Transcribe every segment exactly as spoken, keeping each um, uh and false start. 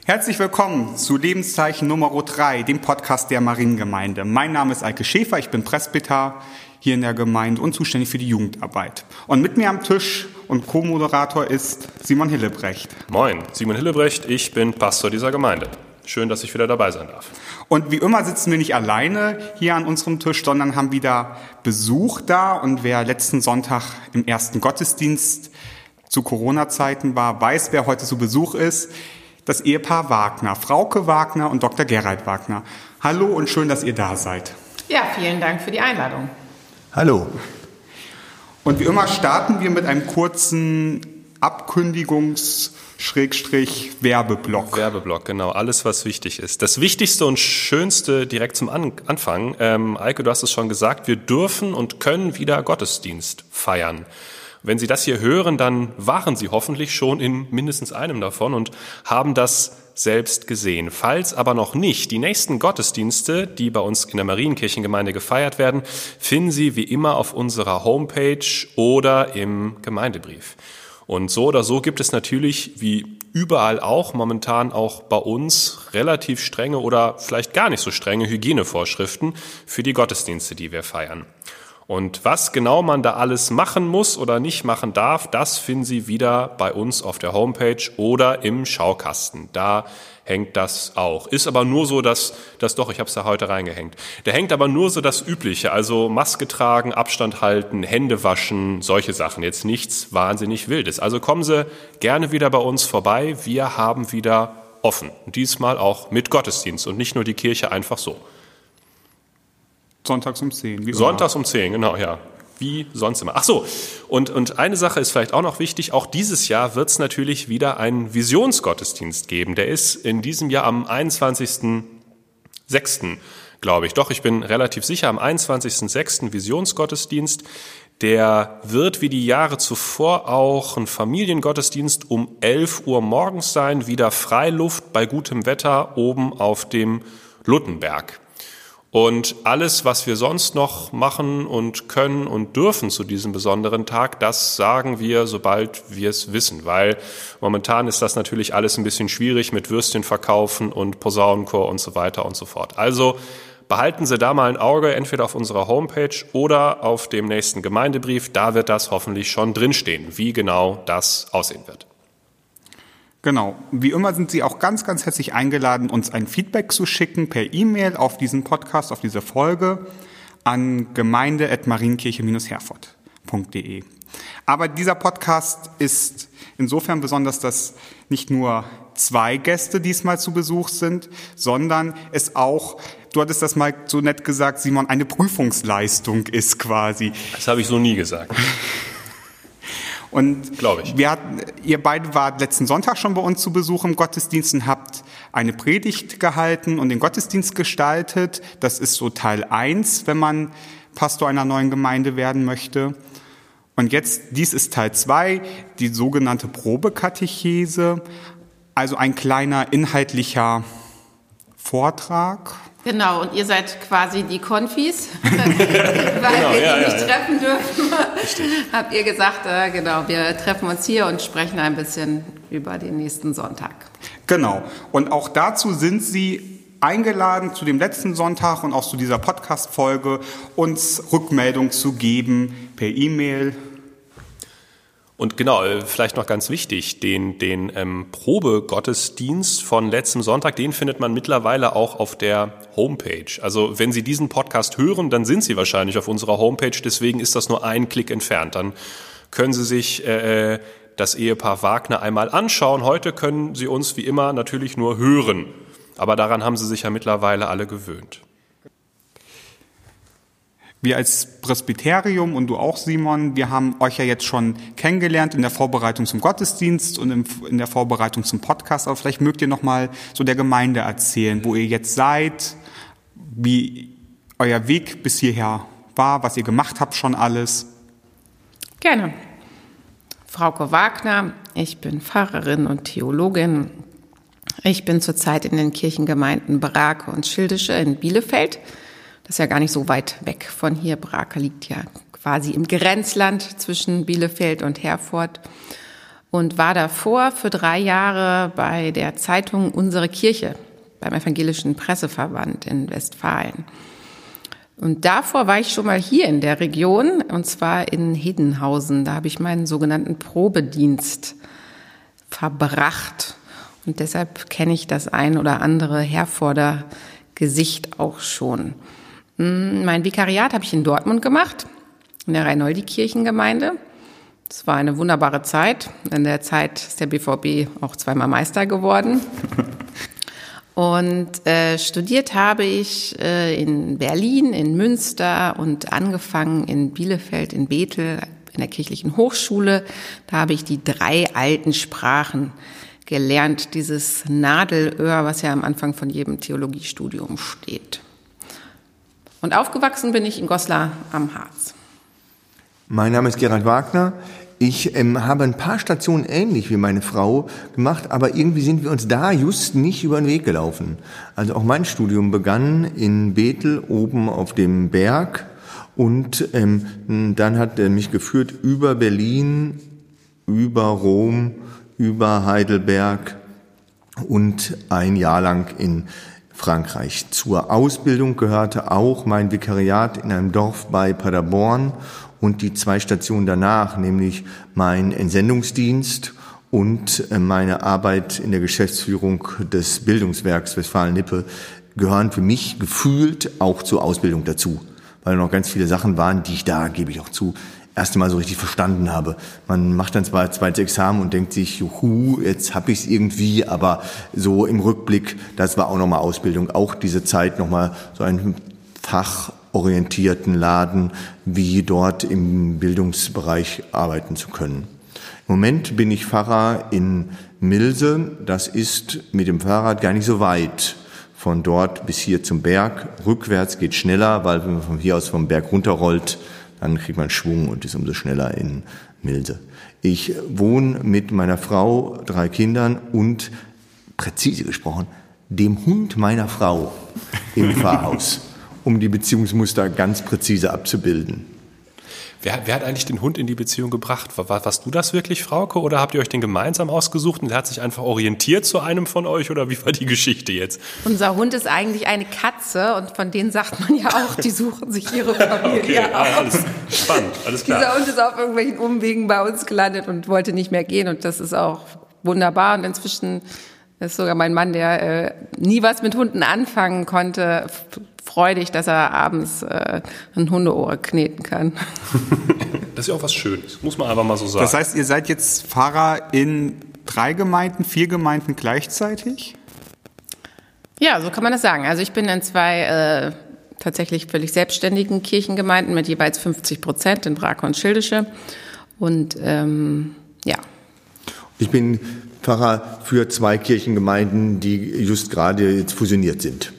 Herzlich willkommen zu Lebenszeichen Nummer drei, dem Podcast der Mariengemeinde. Mein Name ist Eike Schäfer, ich bin Presbyter hier in der Gemeinde und zuständig für die Jugendarbeit. Und mit mir am Tisch und Co-Moderator ist Simon Hillebrecht. Moin, Simon Hillebrecht, ich bin Pastor dieser Gemeinde. Schön, dass ich wieder dabei sein darf. Und wie immer sitzen wir nicht alleine hier an unserem Tisch, sondern haben wieder Besuch da. Und wer letzten Sonntag im ersten Gottesdienst zu Corona-Zeiten war, weiß, wer heute zu Besuch ist. Das Ehepaar Wagner, Frauke Wagner und Doktor Gerald Wagner. Hallo und schön, dass ihr da seid. Ja, vielen Dank für die Einladung. Hallo. Und wie immer starten wir mit einem kurzen Abkündigungs-Werbeblock. Werbeblock, genau. Alles, was wichtig ist. Das Wichtigste und Schönste direkt zum An- Anfang. Ähm, Eike, du hast es schon gesagt, wir dürfen und können wieder Gottesdienst feiern. Wenn Sie das hier hören, dann waren Sie hoffentlich schon in mindestens einem davon und haben das selbst gesehen. Falls aber noch nicht, die nächsten Gottesdienste, die bei uns in der Marienkirchengemeinde gefeiert werden, finden Sie wie immer auf unserer Homepage oder im Gemeindebrief. Und so oder so gibt es natürlich, wie überall auch, momentan auch bei uns relativ strenge oder vielleicht gar nicht so strenge Hygienevorschriften für die Gottesdienste, die wir feiern. Und was genau man da alles machen muss oder nicht machen darf, das finden Sie wieder bei uns auf der Homepage oder im Schaukasten. Da hängt das auch. Ist aber nur so, dass, das doch, ich habe es da heute reingehängt. Da hängt aber nur so das Übliche, also Maske tragen, Abstand halten, Hände waschen, solche Sachen. Jetzt nichts wahnsinnig Wildes. Also kommen Sie gerne wieder bei uns vorbei. Wir haben wieder offen. Diesmal auch mit Gottesdienst und nicht nur die Kirche einfach so. Sonntags um zehn. Wie Sonntags um zehn, genau, ja. Wie sonst immer. Ach so, und, und eine Sache ist vielleicht auch noch wichtig. Auch dieses Jahr wird es natürlich wieder einen Visionsgottesdienst geben. Der ist in diesem Jahr am einundzwanzigsten sechsten, glaube ich. Doch, ich bin relativ sicher, am einundzwanzigsten sechsten Visionsgottesdienst. Der wird wie die Jahre zuvor auch ein Familiengottesdienst um elf Uhr morgens sein. Wieder Freiluft bei gutem Wetter oben auf dem Luttenberg. Und alles, was wir sonst noch machen und können und dürfen zu diesem besonderen Tag, das sagen wir, sobald wir es wissen. Weil momentan ist das natürlich alles ein bisschen schwierig mit Würstchen verkaufen und Posaunenchor und so weiter und so fort. Also behalten Sie da mal ein Auge, entweder auf unserer Homepage oder auf dem nächsten Gemeindebrief. Da wird das hoffentlich schon drinstehen, wie genau das aussehen wird. Genau. Wie immer sind Sie auch ganz, ganz herzlich eingeladen, uns ein Feedback zu schicken per E-Mail auf diesen Podcast, auf diese Folge an gemeinde at marienkirche herford punkt de. Aber dieser Podcast ist insofern besonders, dass nicht nur zwei Gäste diesmal zu Besuch sind, sondern es auch, du hattest das mal so nett gesagt, Simon, eine Prüfungsleistung ist quasi. Das habe ich so nie gesagt. Und glaube ich. Wir hatten, ihr beide wart letzten Sonntag schon bei uns zu Besuch im Gottesdienst und habt eine Predigt gehalten und den Gottesdienst gestaltet. Das ist so Teil eins, wenn man Pastor einer neuen Gemeinde werden möchte. Und jetzt, dies ist Teil zwei, die sogenannte Probekatechese, also ein kleiner inhaltlicher Vortrag. Genau, und ihr seid quasi die Konfis, weil genau, wir ja, die nicht ja, treffen dürfen. Richtig. Habt ihr gesagt, äh, genau, wir treffen uns hier und sprechen ein bisschen über den nächsten Sonntag. Genau, und auch dazu sind Sie eingeladen, zu dem letzten Sonntag und auch zu dieser Podcast-Folge uns Rückmeldung zu geben per E-Mail. Und genau, vielleicht noch ganz wichtig, den, den ähm, Probegottesdienst von letztem Sonntag, den findet man mittlerweile auch auf der Homepage. Also wenn Sie diesen Podcast hören, dann sind Sie wahrscheinlich auf unserer Homepage, deswegen ist das nur ein Klick entfernt. Dann können Sie sich äh, das Ehepaar Wagner einmal anschauen. Heute können Sie uns wie immer natürlich nur hören, aber daran haben Sie sich ja mittlerweile alle gewöhnt. Wir als Presbyterium und du auch, Simon, wir haben euch ja jetzt schon kennengelernt in der Vorbereitung zum Gottesdienst und in der Vorbereitung zum Podcast. Aber vielleicht mögt ihr noch mal so der Gemeinde erzählen, wo ihr jetzt seid, wie euer Weg bis hierher war, was ihr gemacht habt schon alles. Gerne. Frauke Wagner, ich bin Pfarrerin und Theologin. Ich bin zurzeit in den Kirchengemeinden Brake und Schildische in Bielefeld. Das ist ja gar nicht so weit weg von hier. Brake liegt ja quasi im Grenzland zwischen Bielefeld und Herford. und war davor für drei Jahre bei der Zeitung Unsere Kirche, beim Evangelischen Presseverband in Westfalen. Und davor war ich schon mal hier in der Region, und zwar in Hedenhausen. Da habe ich meinen sogenannten Probedienst verbracht. Und deshalb kenne ich das ein oder andere Herforder Gesicht auch schon. Mein Vikariat habe ich in Dortmund gemacht, in der Reinoldi-Kirchengemeinde. Es war eine wunderbare Zeit. In der Zeit ist der B V B auch zweimal Meister geworden. Und äh, studiert habe ich äh, in Berlin, in Münster und angefangen in Bielefeld, in Bethel, in der kirchlichen Hochschule. Da habe ich die drei alten Sprachen gelernt, dieses Nadelöhr, was ja am Anfang von jedem Theologiestudium steht. Und aufgewachsen bin ich in Goslar am Harz. Mein Name ist Gerald Wagner. Ich ähm, habe ein paar Stationen ähnlich wie meine Frau gemacht, aber irgendwie sind wir uns da just nicht über den Weg gelaufen. Also auch mein Studium begann in Bethel oben auf dem Berg und ähm, dann hat er mich geführt über Berlin, über Rom, über Heidelberg und ein Jahr lang in Frankreich. Zur Ausbildung gehörte auch mein Vikariat in einem Dorf bei Paderborn und die zwei Stationen danach, nämlich mein Entsendungsdienst und meine Arbeit in der Geschäftsführung des Bildungswerks Westfalen-Lippe, gehören für mich gefühlt auch zur Ausbildung dazu, weil noch ganz viele Sachen waren, die ich da, gebe ich auch zu, erst einmal so richtig verstanden habe. Man macht dann zwar zweites Examen und denkt sich, juhu, jetzt hab ich's irgendwie, aber so im Rückblick, das war auch nochmal Ausbildung, auch diese Zeit nochmal so ein fachorientierten Laden, wie dort im Bildungsbereich arbeiten zu können. Im Moment bin ich Pfarrer in Milse, das ist mit dem Fahrrad gar nicht so weit. Von dort bis hier zum Berg, rückwärts geht schneller, weil wenn man von hier aus vom Berg runterrollt, dann kriegt man Schwung und ist umso schneller in Milse. Ich wohne mit meiner Frau, drei Kindern und, präzise gesprochen, dem Hund meiner Frau im Pfarrhaus, um die Beziehungsmuster ganz präzise abzubilden. Wer, wer hat eigentlich den Hund in die Beziehung gebracht? War, warst du das wirklich, Frauke, oder habt ihr euch den gemeinsam ausgesucht und der hat sich einfach orientiert zu einem von euch, oder wie war die Geschichte jetzt? Unser Hund ist eigentlich eine Katze und von denen sagt man ja auch, die suchen sich ihre Familie okay, aus. Alles spannend, alles klar. Dieser Hund ist auf irgendwelchen Umwegen bei uns gelandet und wollte nicht mehr gehen und das ist auch wunderbar und inzwischen ist sogar mein Mann, der äh, nie was mit Hunden anfangen konnte, freudig, dass er abends äh, ein Hundeohr kneten kann. Das ist ja auch was Schönes, muss man einfach mal so sagen. Das heißt, ihr seid jetzt Pfarrer in drei Gemeinden, vier Gemeinden gleichzeitig? Ja, so kann man das sagen. Also ich bin in zwei äh, tatsächlich völlig selbstständigen Kirchengemeinden mit jeweils fünfzig Prozent in Brake und Schildische. Und ähm, ja. Ich bin Pfarrer für zwei Kirchengemeinden, die just gerade jetzt fusioniert sind.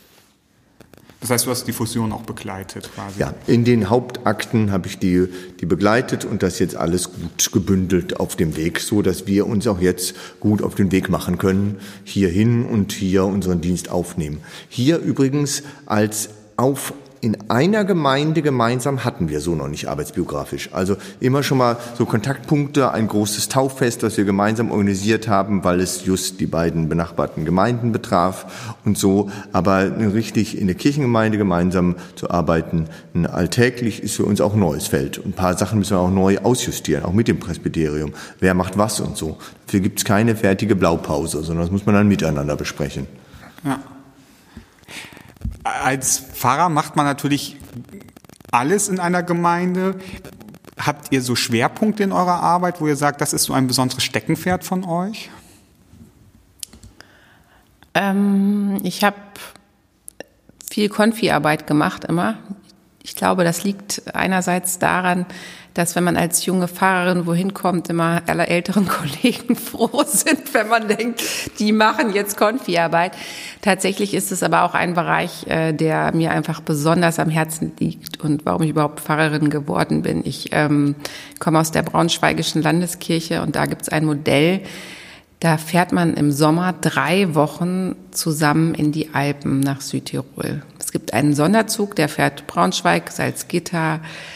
Das heißt, du hast die Fusion auch begleitet quasi? Ja, in den Hauptakten habe ich die, die begleitet und das jetzt alles gut gebündelt auf dem Weg, so dass wir uns auch jetzt gut auf den Weg machen können, hierhin und hier unseren Dienst aufnehmen. Hier übrigens als auf in einer Gemeinde gemeinsam hatten wir so noch nicht arbeitsbiografisch. Also immer schon mal so Kontaktpunkte, ein großes Tauffest, das wir gemeinsam organisiert haben, weil es just die beiden benachbarten Gemeinden betraf und so. Aber richtig in der Kirchengemeinde gemeinsam zu arbeiten, alltäglich ist für uns auch ein neues Feld. Und ein paar Sachen müssen wir auch neu ausjustieren, auch mit dem Presbyterium. Wer macht was und so. Dafür gibt es keine fertige Blaupause, sondern das muss man dann miteinander besprechen. Ja. Als Pfarrer macht man natürlich alles in einer Gemeinde. Habt ihr so Schwerpunkte in eurer Arbeit, wo ihr sagt, das ist so ein besonderes Steckenpferd von euch? Ähm, ich habe viel Konfi-Arbeit gemacht immer. Ich glaube, das liegt einerseits daran, dass wenn man als junge Pfarrerin wohin kommt, immer alle älteren Kollegen froh sind, wenn man denkt, die machen jetzt Konfi-Arbeit. Tatsächlich ist es aber auch ein Bereich, der mir einfach besonders am Herzen liegt und warum ich überhaupt Pfarrerin geworden bin. Ich ähm, komme aus der Braunschweigischen Landeskirche und da gibt es ein Modell, da fährt man im Sommer drei Wochen zusammen in die Alpen nach Südtirol. Es gibt einen Sonderzug, der fährt Braunschweig, Salzgitter,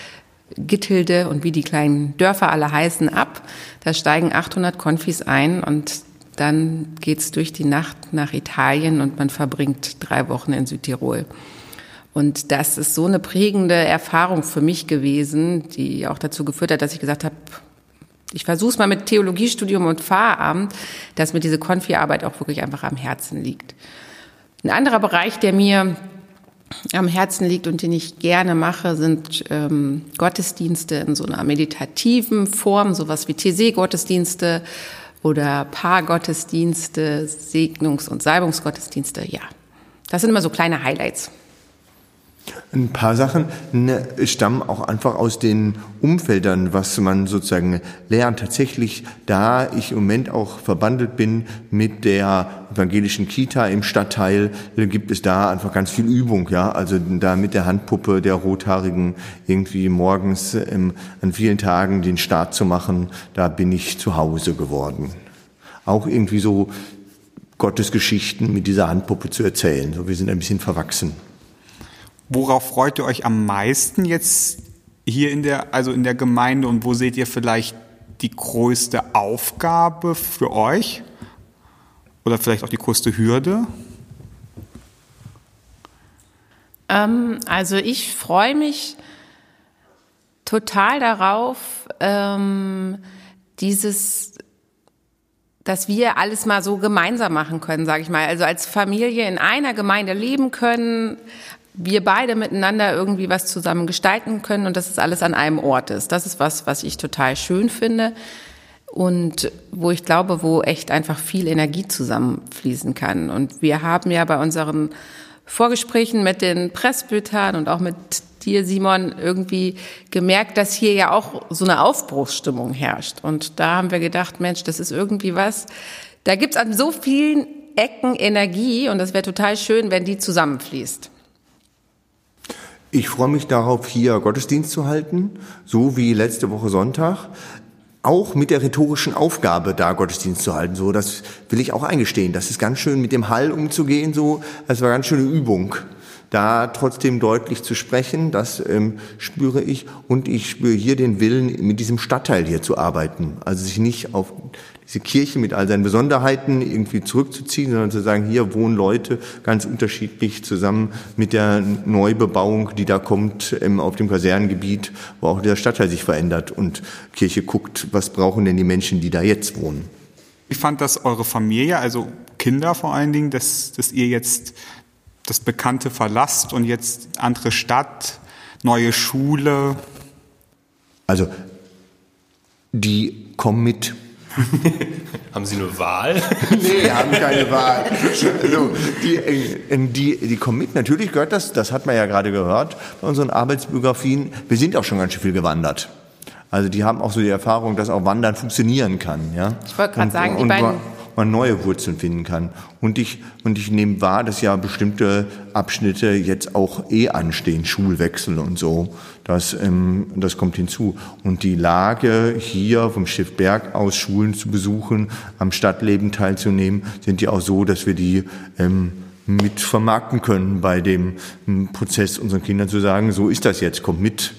Gittilde und wie die kleinen Dörfer alle heißen ab. Da steigen achthundert Konfis ein und dann geht's durch die Nacht nach Italien und man verbringt drei Wochen in Südtirol. Und das ist so eine prägende Erfahrung für mich gewesen, die auch dazu geführt hat, dass ich gesagt habe, ich versuche es mal mit Theologiestudium und Pfarramt, dass mir diese Konfi-Arbeit auch wirklich einfach am Herzen liegt. Ein anderer Bereich, der mir am Herzen liegt und den ich gerne mache, sind ähm, Gottesdienste in so einer meditativen Form, sowas wie T C-Gottesdienste oder Paargottesdienste, Segnungs- und Salbungsgottesdienste. Ja, das sind immer so kleine Highlights. Ein paar Sachen ne, stammen auch einfach aus den Umfeldern, was man sozusagen lernt. Tatsächlich, da ich im Moment auch verbandelt bin mit der evangelischen Kita im Stadtteil, gibt es da einfach ganz viel Übung. Ja, also da mit der Handpuppe der Rothaarigen irgendwie morgens ähm, an vielen Tagen den Start zu machen, da bin ich zu Hause geworden. Auch irgendwie so Gottesgeschichten mit dieser Handpuppe zu erzählen. So, wir sind ein bisschen verwachsen. Worauf freut ihr euch am meisten jetzt hier in der, also in der Gemeinde, und wo seht ihr vielleicht die größte Aufgabe für euch? Oder vielleicht auch die größte Hürde? Ähm, also ich freue mich total darauf, ähm, dieses, dass wir alles mal so gemeinsam machen können, sage ich mal. Also als Familie in einer Gemeinde leben können, wir beide miteinander irgendwie was zusammen gestalten können und dass es alles an einem Ort ist. Das ist was, was ich total schön finde und wo ich glaube, wo echt einfach viel Energie zusammenfließen kann. Und wir haben ja bei unseren Vorgesprächen mit den Presbytern und auch mit dir, Simon, irgendwie gemerkt, dass hier ja auch so eine Aufbruchsstimmung herrscht. Und da haben wir gedacht, Mensch, das ist irgendwie was, da gibt's an so vielen Ecken Energie und das wäre total schön, wenn die zusammenfließt. Ich freue mich darauf, hier Gottesdienst zu halten, so wie letzte Woche Sonntag, auch mit der rhetorischen Aufgabe, da Gottesdienst zu halten. So, das will ich auch eingestehen. Das ist ganz schön, mit dem Hall umzugehen. So, das war eine ganz schöne Übung, da trotzdem deutlich zu sprechen. Das ähm, spüre ich, und ich spüre hier den Willen, mit diesem Stadtteil hier zu arbeiten. Also sich nicht auf diese Kirche mit all seinen Besonderheiten irgendwie zurückzuziehen, sondern zu sagen, hier wohnen Leute ganz unterschiedlich zusammen mit der Neubebauung, die da kommt ähm, auf dem Kasernengebiet, wo auch der Stadtteil sich verändert und Kirche guckt, was brauchen denn die Menschen, die da jetzt wohnen. Wie fand das eure Familie, also Kinder vor allen Dingen, dass, dass ihr jetzt das Bekannte verlasst und jetzt andere Stadt, neue Schule? Also, die kommen mit. Haben Sie eine Wahl? Nee, haben keine Wahl. Also, die, die, die kommen mit. Natürlich gehört das, das hat man ja gerade gehört, bei unseren Arbeitsbiografien. Wir sind auch schon ganz schön viel gewandert. Also die haben auch so die Erfahrung, dass auch Wandern funktionieren kann. Ja? Ich wollte gerade sagen, die und beiden... man neue Wurzeln finden kann. Und ich, und ich nehme wahr, dass ja bestimmte Abschnitte jetzt auch eh anstehen, Schulwechsel und so. Das, ähm, das kommt hinzu. Und die Lage, hier vom Stift Berg aus Schulen zu besuchen, am Stadtleben teilzunehmen, sind ja auch so, dass wir die ähm, mit vermarkten können bei dem ähm, Prozess, unseren Kindern zu sagen, so ist das jetzt, kommt mit.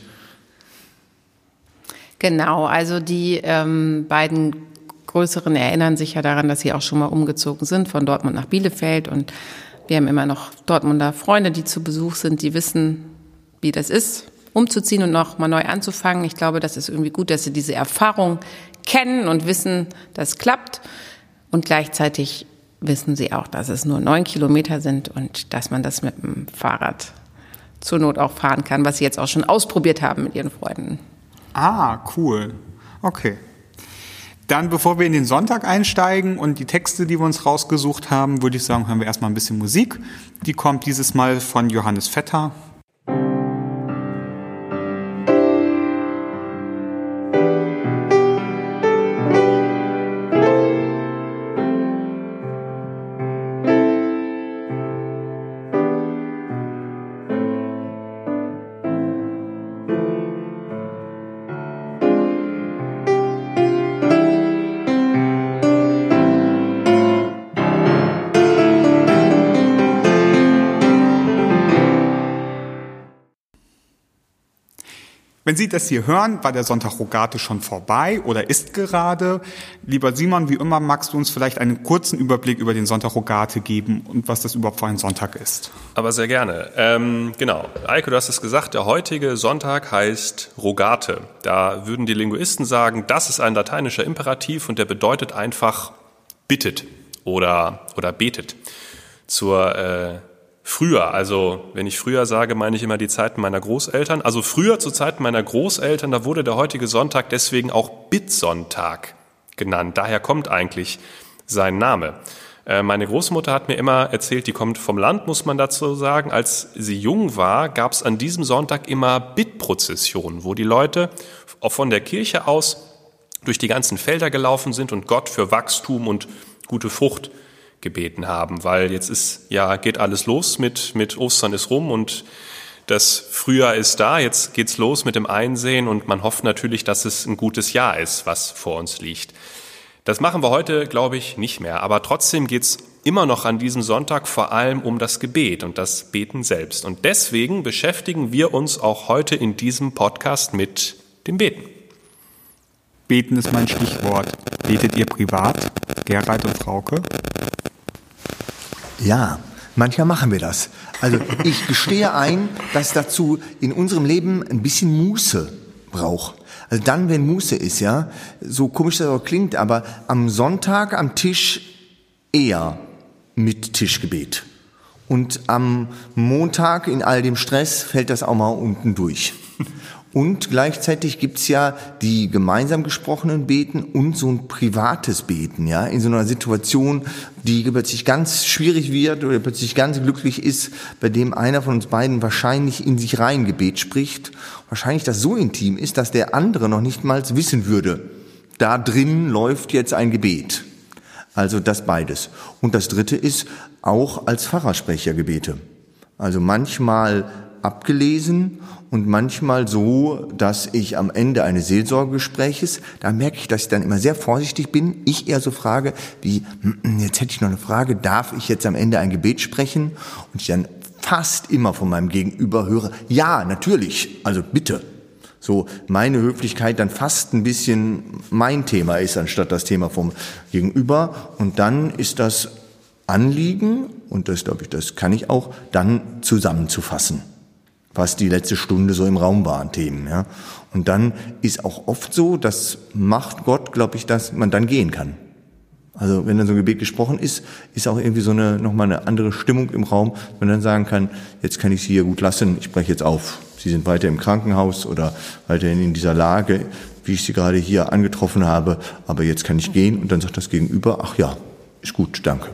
Genau, also die ähm, beiden Größeren erinnern sich ja daran, dass sie auch schon mal umgezogen sind von Dortmund nach Bielefeld, und wir haben immer noch Dortmunder Freunde, die zu Besuch sind, die wissen, wie das ist, umzuziehen und noch mal neu anzufangen. Ich glaube, das ist irgendwie gut, dass sie diese Erfahrung kennen und wissen, das klappt, und gleichzeitig wissen sie auch, dass es nur neun Kilometer sind und dass man das mit dem Fahrrad zur Not auch fahren kann, was sie jetzt auch schon ausprobiert haben mit ihren Freunden. Ah, cool. Okay. Dann, bevor wir in den Sonntag einsteigen und die Texte, die wir uns rausgesucht haben, würde ich sagen, hören wir erstmal ein bisschen Musik. Die kommt dieses Mal von Johannes Vetter. Wenn Sie das hier hören, war der Sonntag Rogate schon vorbei oder ist gerade. Lieber Simon, wie immer magst du uns vielleicht einen kurzen Überblick über den Sonntag Rogate geben und was das überhaupt für ein Sonntag ist. Aber sehr gerne. Ähm, genau, Eike, du hast es gesagt, der heutige Sonntag heißt Rogate. Da würden die Linguisten sagen, das ist ein lateinischer Imperativ und der bedeutet einfach bittet oder, oder betet. Zur äh, Früher, also wenn ich früher sage, meine ich immer die Zeiten meiner Großeltern. Also früher zu Zeiten meiner Großeltern, da wurde der heutige Sonntag deswegen auch Bittsonntag genannt. Daher kommt eigentlich sein Name. Äh, meine Großmutter hat mir immer erzählt, die kommt vom Land, muss man dazu sagen. Als sie jung war, gab es an diesem Sonntag immer Bittprozessionen, wo die Leute auch von der Kirche aus durch die ganzen Felder gelaufen sind und Gott für Wachstum und gute Frucht gebeten haben, weil jetzt ist, ja, geht alles los mit, mit Ostern ist rum und das Frühjahr ist da, jetzt geht's los mit dem Einsehen und man hofft natürlich, dass es ein gutes Jahr ist, was vor uns liegt. Das machen wir heute, glaube ich, nicht mehr, aber trotzdem geht's immer noch an diesem Sonntag vor allem um das Gebet und das Beten selbst. Und deswegen beschäftigen wir uns auch heute in diesem Podcast mit dem Beten. Beten ist mein Stichwort. Betet ihr privat, Gerald und Frauke? Ja, manchmal machen wir das. Also ich gestehe ein, dass dazu in unserem Leben ein bisschen Muße braucht. Also dann, wenn Muße ist, ja, so komisch das auch klingt, aber am Sonntag am Tisch eher mit Tischgebet. Und am Montag in all dem Stress fällt das auch mal unten durch. Und gleichzeitig gibt's ja die gemeinsam gesprochenen Beten und so ein privates Beten, ja, in so einer Situation, die plötzlich ganz schwierig wird oder plötzlich ganz glücklich ist, bei dem einer von uns beiden wahrscheinlich in sich rein Gebet spricht, wahrscheinlich das so intim ist, dass der andere noch nicht mal wissen würde, da drin läuft jetzt ein Gebet. Also das beides. Und das dritte ist auch als Pfarrersprecher Gebete. Also manchmal abgelesen und manchmal so, dass ich am Ende eines Seelsorgegespräches, da merke ich, dass ich dann immer sehr vorsichtig bin. Ich eher so frage, wie, jetzt hätte ich noch eine Frage, darf ich jetzt am Ende ein Gebet sprechen? Und ich dann fast immer von meinem Gegenüber höre, ja, natürlich, also bitte. So meine Höflichkeit dann fast ein bisschen mein Thema ist, anstatt das Thema vom Gegenüber. Und dann ist das Anliegen, und das glaube ich, das kann ich auch, dann zusammenzufassen, was die letzte Stunde so im Raum war an Themen. Ja. Und dann ist auch oft so, das macht Gott, glaube ich, dass man dann gehen kann. Also wenn dann so ein Gebet gesprochen ist, ist auch irgendwie so eine nochmal eine andere Stimmung im Raum, wenn man dann sagen kann, jetzt kann ich Sie hier gut lassen, ich breche jetzt auf. Sie sind weiter im Krankenhaus oder weiterhin in dieser Lage, wie ich Sie gerade hier angetroffen habe, aber jetzt kann ich gehen. Und dann sagt das Gegenüber, ach ja, ist gut, danke.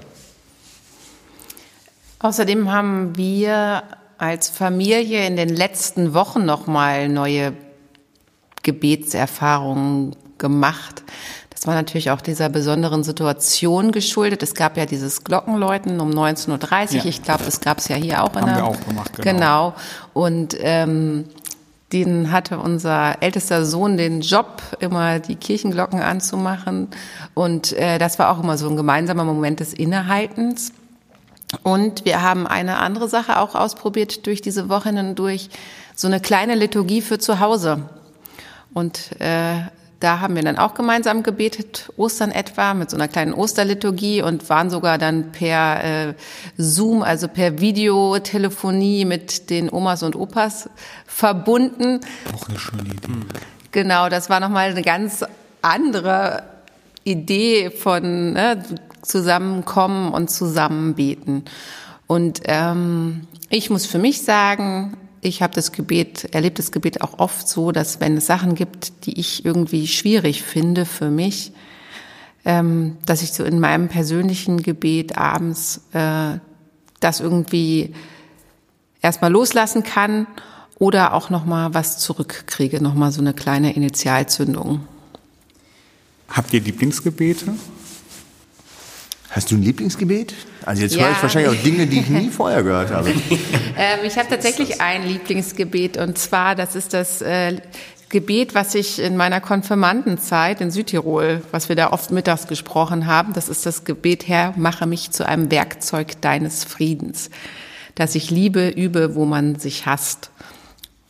Außerdem haben wir als Familie in den letzten Wochen nochmal neue Gebetserfahrungen gemacht. Das war natürlich auch dieser besonderen Situation geschuldet. Es gab ja dieses Glockenläuten um neunzehn Uhr dreißig. Ja. Ich glaube, das gab es ja hier auch. In Haben der, wir auch gemacht, genau. Genau. Und ähm, den hatte unser ältester Sohn den Job, immer die Kirchenglocken anzumachen. Und äh, das war auch immer so ein gemeinsamer Moment des Innehaltens. Und wir haben eine andere Sache auch ausprobiert durch diese Wochen hindurch, so eine kleine Liturgie für zu Hause. Und äh, da haben wir dann auch gemeinsam gebetet, Ostern etwa, mit so einer kleinen Osterliturgie und waren sogar dann per äh, Zoom, also per Videotelefonie mit den Omas und Opas verbunden. Auch eine schöne Idee. Genau, das war nochmal eine ganz andere Idee von ne, Zusammenkommen und Zusammenbeten. Und ähm, ich muss für mich sagen, ich habe das Gebet, erlebe das Gebet auch oft so, dass wenn es Sachen gibt, die ich irgendwie schwierig finde für mich, ähm, dass ich so in meinem persönlichen Gebet abends äh, das irgendwie erstmal loslassen kann oder auch nochmal was zurückkriege, nochmal so eine kleine Initialzündung. Habt ihr Lieblingsgebete? Hast du ein Lieblingsgebet? Also jetzt Ja. höre ich wahrscheinlich auch Dinge, die ich nie vorher gehört habe. ähm, ich habe tatsächlich ein Lieblingsgebet und zwar, das ist das äh, Gebet, was ich in meiner Konfirmandenzeit in Südtirol, was wir da oft mittags gesprochen haben, das ist das Gebet, Herr, mache mich zu einem Werkzeug deines Friedens, dass ich Liebe übe, wo man sich hasst.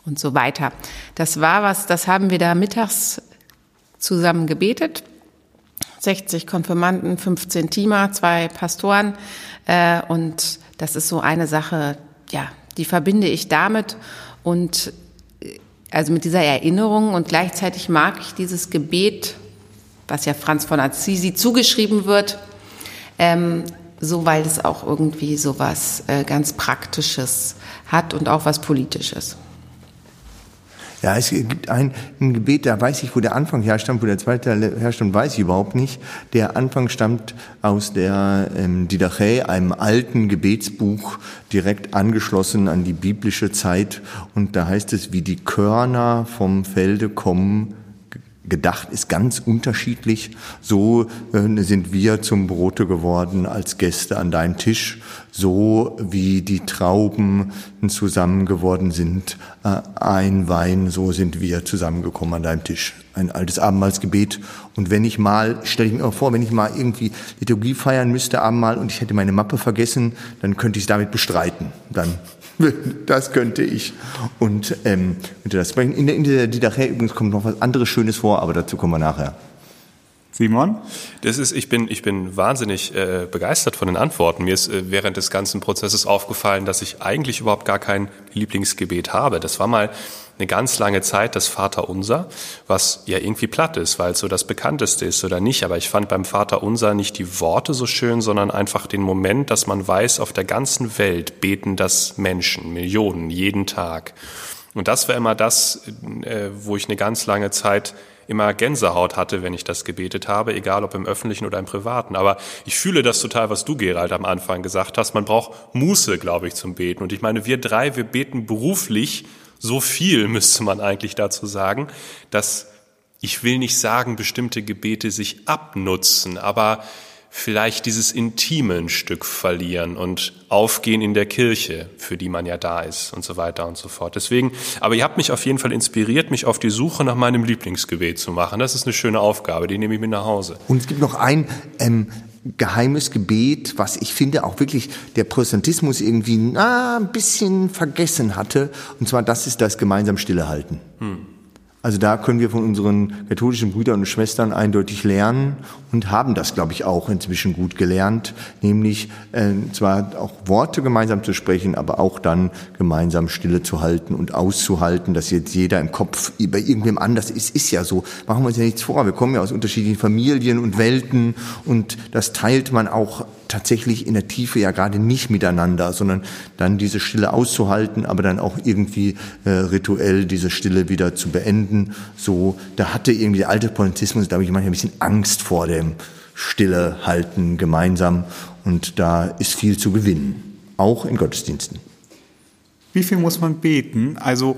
und so weiter. Das war was, das haben wir da mittags zusammen gebetet. sechzig Konfirmanden, fünfzehn Teamer, zwei Pastoren. Äh, und das ist so eine Sache, ja, die verbinde ich damit und also mit dieser Erinnerung. Und gleichzeitig mag ich dieses Gebet, was ja Franz von Assisi zugeschrieben wird, ähm, so, weil es auch irgendwie so was äh, ganz Praktisches hat und auch was Politisches. Ja, es gibt ein, ein Gebet, da weiß ich, wo der Anfang herstammt, wo der zweite Teil herstammt, weiß ich überhaupt nicht. Der Anfang stammt aus der ähm, Didache, einem alten Gebetsbuch, direkt angeschlossen an die biblische Zeit. Und da heißt es, wie die Körner vom Felde kommen, gedacht ist ganz unterschiedlich. So äh, sind wir zum Brote geworden als Gäste an deinem Tisch. So wie die Trauben zusammen geworden sind, äh, ein Wein, so sind wir zusammengekommen an deinem Tisch. Ein altes Abendmahlsgebet. Und wenn ich mal, stelle ich mir immer vor, wenn ich mal irgendwie Liturgie feiern müsste, Abendmahl, und ich hätte meine Mappe vergessen, dann könnte ich es damit bestreiten. Dann das könnte ich. Und ähm, das in der, in der Didache übrigens kommt noch was anderes Schönes vor, aber dazu kommen wir nachher. Simon? Das ist, ich bin, ich bin wahnsinnig äh, begeistert von den Antworten. Mir ist äh, während des ganzen Prozesses aufgefallen, dass ich eigentlich überhaupt gar kein Lieblingsgebet habe. Das war mal eine ganz lange Zeit das Vaterunser, was ja irgendwie platt ist, weil es so das Bekannteste ist oder nicht. Aber ich fand beim Vaterunser nicht die Worte so schön, sondern einfach den Moment, dass man weiß, auf der ganzen Welt beten das Menschen, Millionen, jeden Tag. Und das war immer das, äh, wo ich eine ganz lange Zeit immer Gänsehaut hatte, wenn ich das gebetet habe, egal ob im Öffentlichen oder im Privaten. Aber ich fühle das total, was du, Gerald, am Anfang gesagt hast. Man braucht Muße, glaube ich, zum Beten. Und ich meine, wir drei, wir beten beruflich so viel, müsste man eigentlich dazu sagen, dass, ich will nicht sagen, bestimmte Gebete sich abnutzen, aber vielleicht dieses Intime ein Stück verlieren und aufgehen in der Kirche, für die man ja da ist und so weiter und so fort. Deswegen, aber ihr habt mich auf jeden Fall inspiriert, mich auf die Suche nach meinem Lieblingsgebet zu machen. Das ist eine schöne Aufgabe, die nehme ich mit nach Hause. Und es gibt noch ein ähm, geheimes Gebet, was ich finde auch wirklich der Protestantismus irgendwie na, ein bisschen vergessen hatte. Und zwar, das ist das gemeinsam Stille halten. Hm. Also da können wir von unseren katholischen Brüdern und Schwestern eindeutig lernen und haben das, glaube ich, auch inzwischen gut gelernt, nämlich äh, zwar auch Worte gemeinsam zu sprechen, aber auch dann gemeinsam Stille zu halten und auszuhalten, dass jetzt jeder im Kopf bei irgendwem anders ist, ist ja so. Machen wir uns ja nichts vor. Wir kommen ja aus unterschiedlichen Familien und Welten und das teilt man auch tatsächlich in der Tiefe ja gerade nicht miteinander, sondern dann diese Stille auszuhalten, aber dann auch irgendwie äh, rituell diese Stille wieder zu beenden. So, da hatte irgendwie der alte Protestantismus, glaube ich, manchmal ein bisschen Angst vor dem Stille halten gemeinsam und da ist viel zu gewinnen, auch in Gottesdiensten. Wie viel muss man beten? Also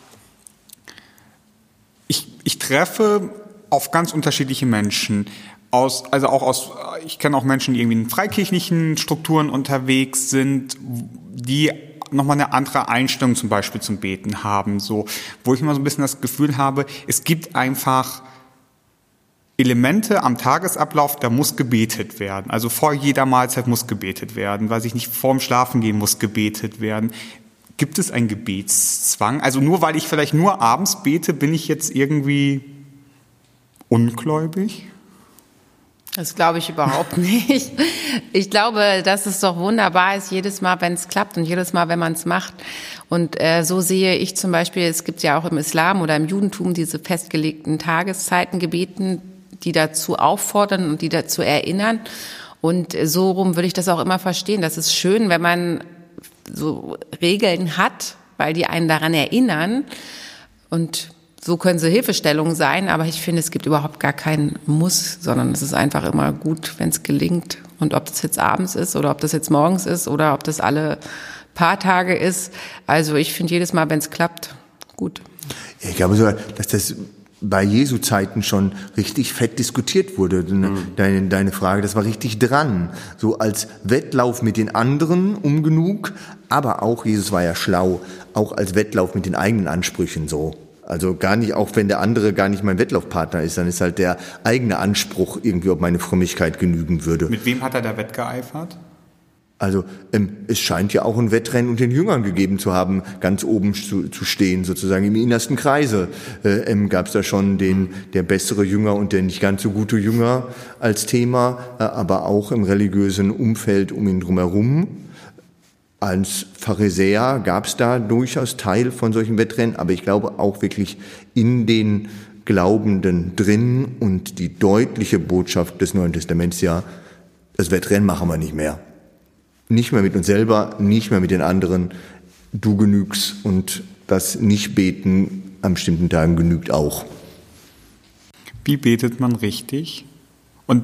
ich, ich treffe auf ganz unterschiedliche Menschen. Aus, also auch aus, ich kenne auch Menschen, die irgendwie in freikirchlichen Strukturen unterwegs sind, die nochmal eine andere Einstellung zum Beispiel zum Beten haben, so, wo ich immer so ein bisschen das Gefühl habe, es gibt einfach Elemente am Tagesablauf, da muss gebetet werden. Also vor jeder Mahlzeit muss gebetet werden, weiß ich nicht, vorm Schlafengehen muss gebetet werden. Gibt es einen Gebetszwang? Also nur weil ich vielleicht nur abends bete, bin ich jetzt irgendwie ungläubig? Das glaube ich überhaupt nicht. Ich glaube, dass es doch wunderbar ist, jedes Mal, wenn es klappt und jedes Mal, wenn man es macht. Und äh, so sehe ich zum Beispiel, es gibt ja auch im Islam oder im Judentum diese festgelegten Tageszeiten, Gebeten, die dazu auffordern und die dazu erinnern. Und so rum würde ich das auch immer verstehen. Das ist schön, wenn man so Regeln hat, weil die einen daran erinnern. Und so können sie Hilfestellungen sein, aber ich finde, es gibt überhaupt gar keinen Muss, sondern es ist einfach immer gut, wenn es gelingt. Und ob das jetzt abends ist oder ob das jetzt morgens ist oder ob das alle paar Tage ist. Also ich finde jedes Mal, wenn es klappt, gut. Ich glaube sogar, dass das bei Jesu Zeiten schon richtig fett diskutiert wurde. Mhm. Deine, deine Frage, das war richtig dran. So als Wettlauf mit den anderen um genug, aber auch, Jesus war ja schlau, auch als Wettlauf mit den eigenen Ansprüchen so. Also gar nicht, auch wenn der andere gar nicht mein Wettlaufpartner ist, dann ist halt der eigene Anspruch irgendwie, ob meine Frömmigkeit genügen würde. Mit wem hat er da wettgeeifert? Also ähm, es scheint ja auch ein Wettrennen unter den Jüngern gegeben zu haben, ganz oben zu, zu stehen, sozusagen im innersten Kreise. Äh, ähm, gab es da schon den der bessere Jünger und der nicht ganz so gute Jünger als Thema, äh, aber auch im religiösen Umfeld um ihn drumherum. Als Pharisäer gab es da durchaus Teil von solchen Wettrennen, aber ich glaube auch wirklich in den Glaubenden drin und die deutliche Botschaft des Neuen Testaments ja, das Wettrennen machen wir nicht mehr. Nicht mehr mit uns selber, nicht mehr mit den anderen. Du genügst und das Nicht-Beten an bestimmten Tagen genügt auch. Wie betet man richtig? Und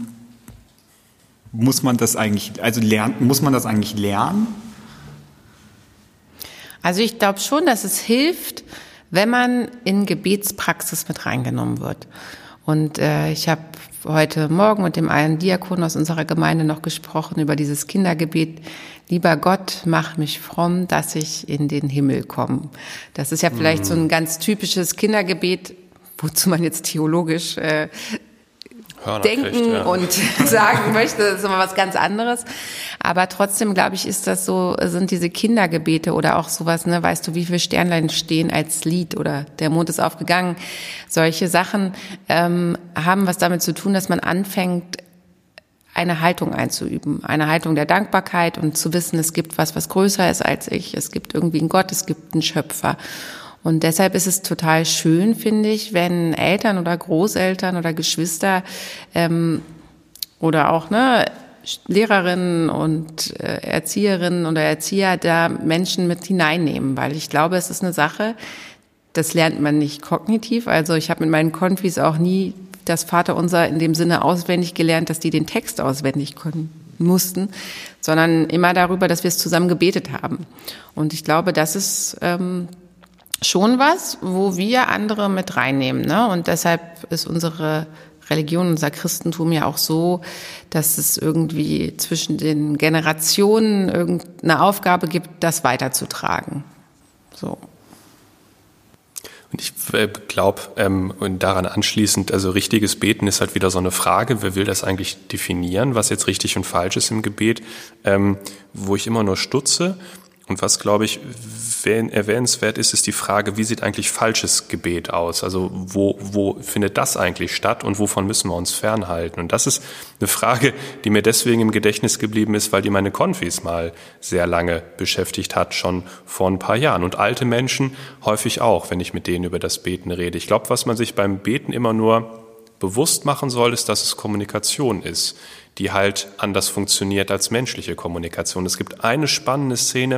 muss man das eigentlich, also lernen, muss man das eigentlich lernen? Also ich glaube schon, dass es hilft, wenn man in Gebetspraxis mit reingenommen wird. Und äh, ich habe heute Morgen mit dem einen Diakon aus unserer Gemeinde noch gesprochen über dieses Kindergebet. Lieber Gott, mach mich fromm, dass ich in den Himmel komme. Das ist ja vielleicht mhm. so ein ganz typisches Kindergebet, wozu man jetzt theologisch äh, denken kriegt, ja. und sagen möchte, das ist immer was ganz anderes. Aber trotzdem, glaube ich, ist das so, sind diese Kindergebete oder auch sowas, ne, weißt du, wie viele Sternlein stehen als Lied oder der Mond ist aufgegangen. Solche Sachen ähm, haben was damit zu tun, dass man anfängt, eine Haltung einzuüben, eine Haltung der Dankbarkeit und zu wissen, es gibt was, was größer ist als ich. Es gibt irgendwie einen Gott, es gibt einen Schöpfer. Und deshalb ist es total schön, finde ich, wenn Eltern oder Großeltern oder Geschwister ähm, oder auch ne, Lehrerinnen und äh, Erzieherinnen oder Erzieher da Menschen mit hineinnehmen, weil ich glaube, es ist eine Sache, das lernt man nicht kognitiv. Also ich habe mit meinen Konfis auch nie das Vaterunser in dem Sinne auswendig gelernt, dass die den Text auswendig können mussten, sondern immer darüber, dass wir es zusammen gebetet haben. Und ich glaube, das ist ähm, schon was, wo wir andere mit reinnehmen, ne? Und deshalb ist unsere Religion, unser Christentum ja auch so, dass es irgendwie zwischen den Generationen irgendeine Aufgabe gibt, das weiterzutragen. So. Und ich glaube, ähm, und daran anschließend, also richtiges Beten ist halt wieder so eine Frage, wer will das eigentlich definieren, was jetzt richtig und falsch ist im Gebet, ähm, wo ich immer nur stutze. Und was, glaube ich, erwähnenswert ist, ist die Frage, wie sieht eigentlich falsches Gebet aus? Also wo, wo findet das eigentlich statt und wovon müssen wir uns fernhalten? Und das ist eine Frage, die mir deswegen im Gedächtnis geblieben ist, weil die meine Konfis mal sehr lange beschäftigt hat, schon vor ein paar Jahren. Und alte Menschen häufig auch, wenn ich mit denen über das Beten rede. Ich glaube, was man sich beim Beten immer nur bewusst machen soll, ist, dass es Kommunikation ist, die halt anders funktioniert als menschliche Kommunikation. Es gibt eine spannende Szene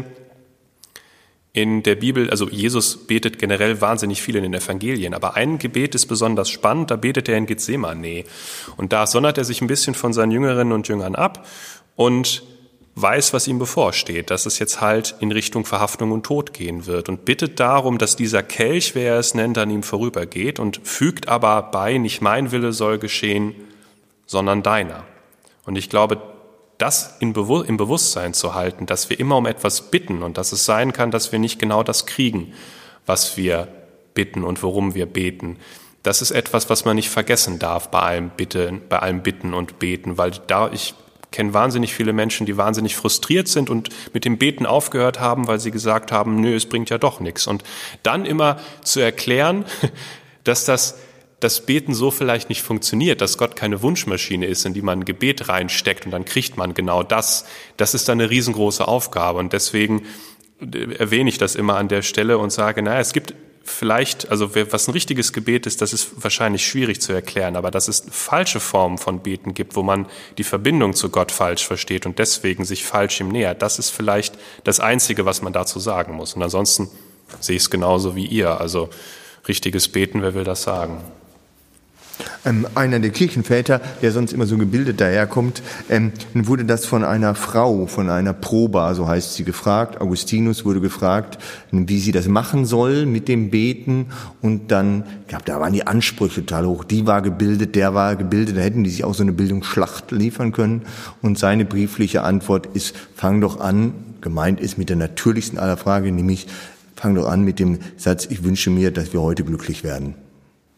in der Bibel, also Jesus betet generell wahnsinnig viel in den Evangelien, aber ein Gebet ist besonders spannend, da betet er in Gethsemane. Und da sondert er sich ein bisschen von seinen Jüngerinnen und Jüngern ab und weiß, was ihm bevorsteht, dass es jetzt halt in Richtung Verhaftung und Tod gehen wird und bittet darum, dass dieser Kelch, wie er es nennt, an ihm vorübergeht und fügt aber bei, nicht mein Wille soll geschehen, sondern deiner. Und ich glaube, das im Bewusstsein zu halten, dass wir immer um etwas bitten und dass es sein kann, dass wir nicht genau das kriegen, was wir bitten und worum wir beten, das ist etwas, was man nicht vergessen darf bei allem Bitten, bei allem Bitten und Beten, weil da ich kenne wahnsinnig viele Menschen, die wahnsinnig frustriert sind und mit dem Beten aufgehört haben, weil sie gesagt haben, nö, es bringt ja doch nichts. Und dann immer zu erklären, dass das das Beten so vielleicht nicht funktioniert, dass Gott keine Wunschmaschine ist, in die man ein Gebet reinsteckt und dann kriegt man genau das. Das ist dann eine riesengroße Aufgabe und deswegen erwähne ich das immer an der Stelle und sage, naja, es gibt vielleicht, also was ein richtiges Gebet ist, das ist wahrscheinlich schwierig zu erklären, aber dass es falsche Formen von Beten gibt, wo man die Verbindung zu Gott falsch versteht und deswegen sich falsch ihm nähert, das ist vielleicht das Einzige, was man dazu sagen muss. Und ansonsten sehe ich es genauso wie ihr, also richtiges Beten, wer will das sagen? Ähm, einer der Kirchenväter, der sonst immer so gebildet daherkommt, ähm, wurde das von einer Frau, von einer Proba, so heißt sie, gefragt. Augustinus wurde gefragt, wie sie das machen soll mit dem Beten. Und dann, ich glaube, da waren die Ansprüche total hoch. Die war gebildet, der war gebildet. Da hätten die sich auch so eine Bildungsschlacht liefern können. Und seine briefliche Antwort ist, fang doch an, gemeint ist mit der natürlichsten aller Fragen, nämlich, fang doch an mit dem Satz, ich wünsche mir, dass wir heute glücklich werden.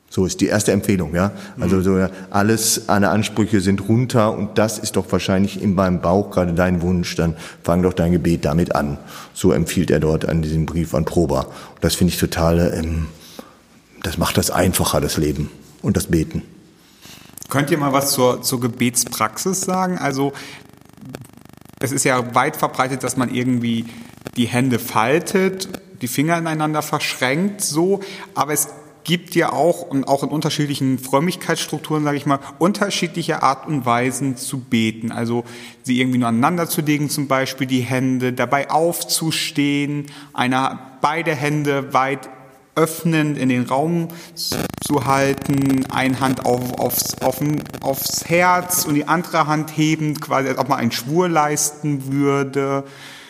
So ist die erste Empfehlung, ja. Also so, ja, alles, alle Ansprüche sind runter und das ist doch wahrscheinlich in meinem Bauch gerade dein Wunsch, dann fang doch dein Gebet damit an. So empfiehlt er dort an diesem Brief an Prober. Und das finde ich total, ähm, das macht das einfacher, das Leben und das Beten. Könnt ihr mal was zur, zur Gebetspraxis sagen? Also, es ist ja weit verbreitet, dass man irgendwie die Hände faltet, die Finger ineinander verschränkt, so, aber es gibt ja auch, und auch in unterschiedlichen Frömmigkeitsstrukturen, sage ich mal, unterschiedliche Art und Weisen zu beten. Also sie irgendwie nur aneinander zu legen, zum Beispiel die Hände, dabei aufzustehen, eine, beide Hände weit öffnend in den Raum zu halten, eine Hand auf, aufs, auf, aufs Herz und die andere Hand hebend, quasi als ob man einen Schwur leisten würde.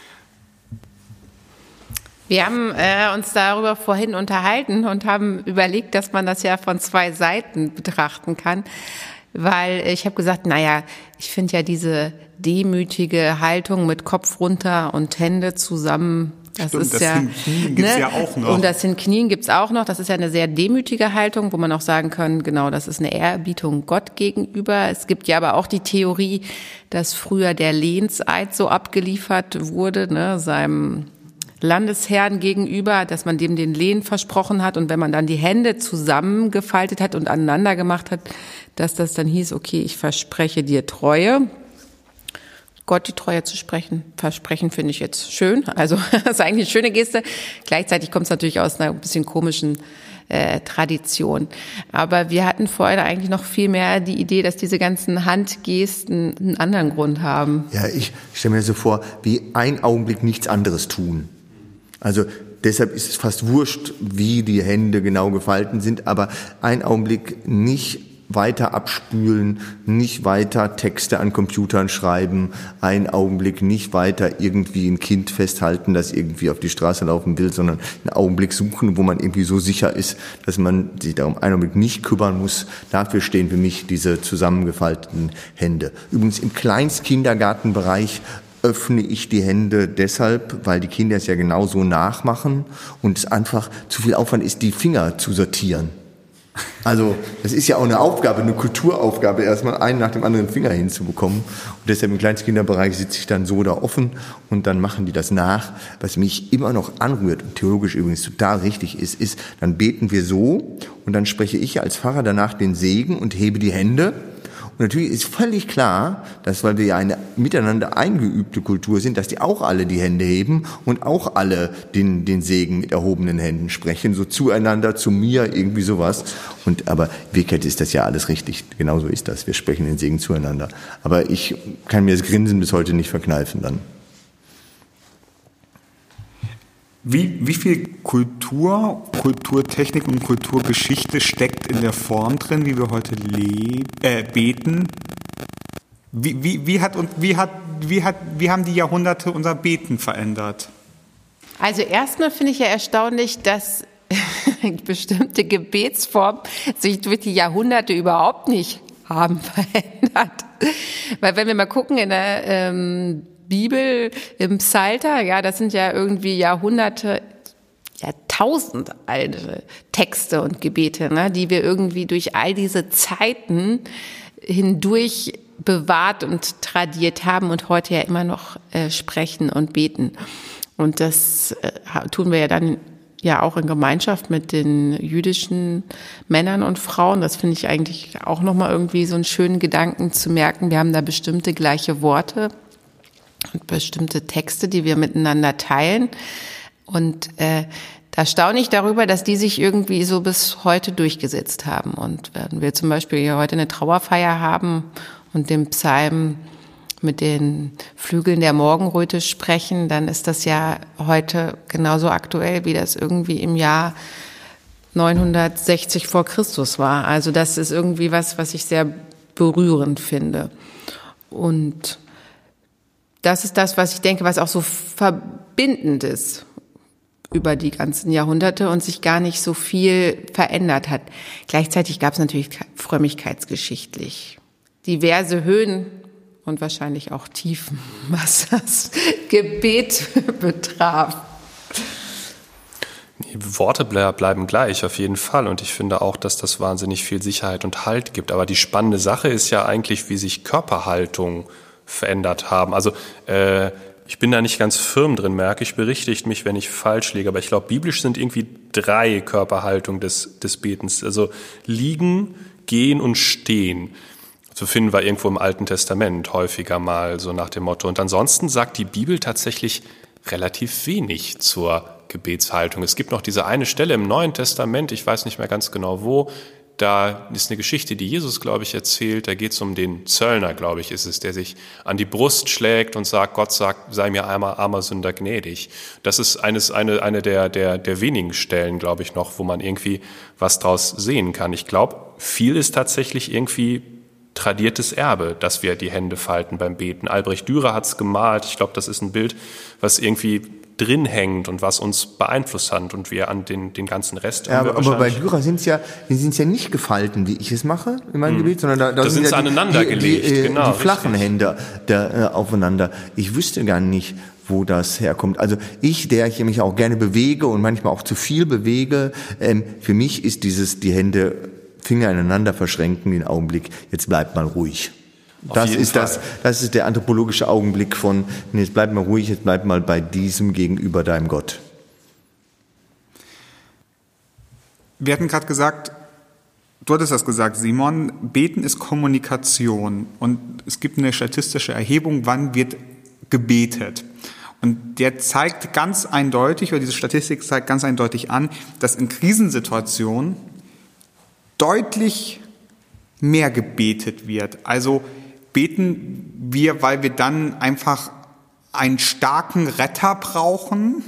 Wir haben äh, uns darüber vorhin unterhalten und haben überlegt, dass man das ja von zwei Seiten betrachten kann, weil ich habe gesagt, naja, ich finde ja diese demütige Haltung mit Kopf runter und Hände zusammen, das Stimmt, ist das ja, Hinknien gibt's ne? ja auch noch. Und das Hinknien gibt's auch noch. Das ist ja eine sehr demütige Haltung, wo man auch sagen kann, genau, das ist eine Ehrerbietung Gott gegenüber. Es gibt ja aber auch die Theorie, dass früher der Lehnseid so abgeliefert wurde, ne, seinem Landesherrn gegenüber, dass man dem den Lehen versprochen hat und wenn man dann die Hände zusammengefaltet hat und aneinander gemacht hat, dass das dann hieß, okay, ich verspreche dir Treue. Gott die Treue zu sprechen, versprechen finde ich jetzt schön, also das ist eigentlich eine schöne Geste. Gleichzeitig kommt es natürlich aus einer bisschen komischen äh, Tradition. Aber wir hatten vorher eigentlich noch viel mehr die Idee, dass diese ganzen Handgesten einen anderen Grund haben. Ja, ich stelle mir so vor, wie ein Augenblick nichts anderes tun. Also deshalb ist es fast wurscht, wie die Hände genau gefalten sind, aber ein Augenblick nicht weiter abspülen, nicht weiter Texte an Computern schreiben, ein Augenblick nicht weiter irgendwie ein Kind festhalten, das irgendwie auf die Straße laufen will, sondern einen Augenblick suchen, wo man irgendwie so sicher ist, dass man sich darum einen Augenblick nicht kümmern muss. Dafür stehen für mich diese zusammengefalteten Hände. Übrigens im Kleinstkindergartenbereich öffne ich die Hände deshalb, weil die Kinder es ja genauso nachmachen und es einfach zu viel Aufwand ist, die Finger zu sortieren. Also das ist ja auch eine Aufgabe, eine Kulturaufgabe, erstmal einen nach dem anderen Finger hinzubekommen. Und deshalb im Kleinstkinderbereich sitze ich dann so da offen und dann machen die das nach. Was mich immer noch anrührt und theologisch übrigens total richtig ist, ist, dann beten wir so und dann spreche ich als Pfarrer danach den Segen und hebe die Hände. Und natürlich ist völlig klar, dass, weil wir ja eine miteinander eingeübte Kultur sind, dass die auch alle die Hände heben und auch alle den, den Segen mit erhobenen Händen sprechen, so zueinander, zu mir, irgendwie sowas. Und, aber in Wirklichkeit ist das ja alles richtig. Genauso ist das. Wir sprechen den Segen zueinander. Aber ich kann mir das Grinsen bis heute nicht verkneifen dann. Wie, wie viel Kultur, Kulturtechnik und Kulturgeschichte steckt in der Form drin, wie wir heute leben, äh, beten? Wie, wie, wie, hat, und wie, hat, wie, hat, wie haben die Jahrhunderte unser Beten verändert? Also erstmal finde ich ja erstaunlich, dass bestimmte Gebetsformen sich durch die Jahrhunderte überhaupt nicht haben verändert. Weil wenn wir mal gucken in der ähm, Bibel, im Psalter, ja, das sind ja irgendwie Jahrhunderte, Jahrtausend alte Texte und Gebete, ne, die wir irgendwie durch all diese Zeiten hindurch bewahrt und tradiert haben und heute ja immer noch äh, sprechen und beten. Und das äh, tun wir ja dann ja auch in Gemeinschaft mit den jüdischen Männern und Frauen. Das finde ich eigentlich auch nochmal irgendwie so einen schönen Gedanken zu merken. Wir haben da bestimmte gleiche Worte und bestimmte Texte, die wir miteinander teilen. Und äh, da staune ich darüber, dass die sich irgendwie so bis heute durchgesetzt haben. Und wenn wir zum Beispiel hier heute eine Trauerfeier haben und den Psalm mit den Flügeln der Morgenröte sprechen, dann ist das ja heute genauso aktuell, wie das irgendwie im Jahr neunhundertsechzig vor Christus war. Also das ist irgendwie was, was ich sehr berührend finde. Und das ist das, was ich denke, was auch so verbindend ist über die ganzen Jahrhunderte und sich gar nicht so viel verändert hat. Gleichzeitig gab es natürlich frömmigkeitsgeschichtlich diverse Höhen und wahrscheinlich auch Tiefen, was das Gebet betraf. Die Worte bleiben gleich, auf jeden Fall. Und ich finde auch, dass das wahnsinnig viel Sicherheit und Halt gibt. Aber die spannende Sache ist ja eigentlich, wie sich Körperhaltung verändert haben. Also äh, ich bin da nicht ganz firm drin, merke ich, berichtigt mich, wenn ich falsch liege. Aber ich glaube, biblisch sind irgendwie drei Körperhaltungen des, des Betens. Also liegen, gehen und stehen. So finden wir irgendwo im Alten Testament häufiger mal so nach dem Motto. Und ansonsten sagt die Bibel tatsächlich relativ wenig zur Gebetshaltung. Es gibt noch diese eine Stelle im Neuen Testament, ich weiß nicht mehr ganz genau wo, da ist eine Geschichte, die Jesus, glaube ich, erzählt, da geht es um den Zöllner, glaube ich, ist es, der sich an die Brust schlägt und sagt, Gott sagt, sei mir einmal armer Sünder gnädig. Das ist eines, eine, eine der, der, der wenigen Stellen, glaube ich, noch, wo man irgendwie was draus sehen kann. Ich glaube, viel ist tatsächlich irgendwie tradiertes Erbe, dass wir die Hände falten beim Beten. Albrecht Dürer hat es gemalt. Ich glaube, das ist ein Bild, was irgendwie drin hängt und was uns beeinflusst hat und wir an den, den ganzen Rest... Ja, aber, aber bei Dürer sind es ja, ja nicht gefalten, wie ich es mache in meinem hm. Gebet, sondern da, da, da sind sie ja aneinander die, gelegt. Die, die, genau, die flachen richtig. Hände der, äh, aufeinander. Ich wüsste gar nicht, wo das herkommt. Also ich, der ich mich auch gerne bewege und manchmal auch zu viel bewege, ähm, für mich ist dieses, die Hände, Finger aneinander verschränken, den Augenblick, jetzt bleibt mal ruhig. Das ist das, das ist der anthropologische Augenblick von, jetzt bleib mal ruhig, jetzt bleib mal bei diesem gegenüber deinem Gott. Wir hatten gerade gesagt, du hattest das gesagt, Simon, Beten ist Kommunikation und es gibt eine statistische Erhebung, wann wird gebetet. Und der zeigt ganz eindeutig, oder diese Statistik zeigt ganz eindeutig an, dass in Krisensituationen deutlich mehr gebetet wird. Also beten wir, weil wir dann einfach einen starken Retter brauchen?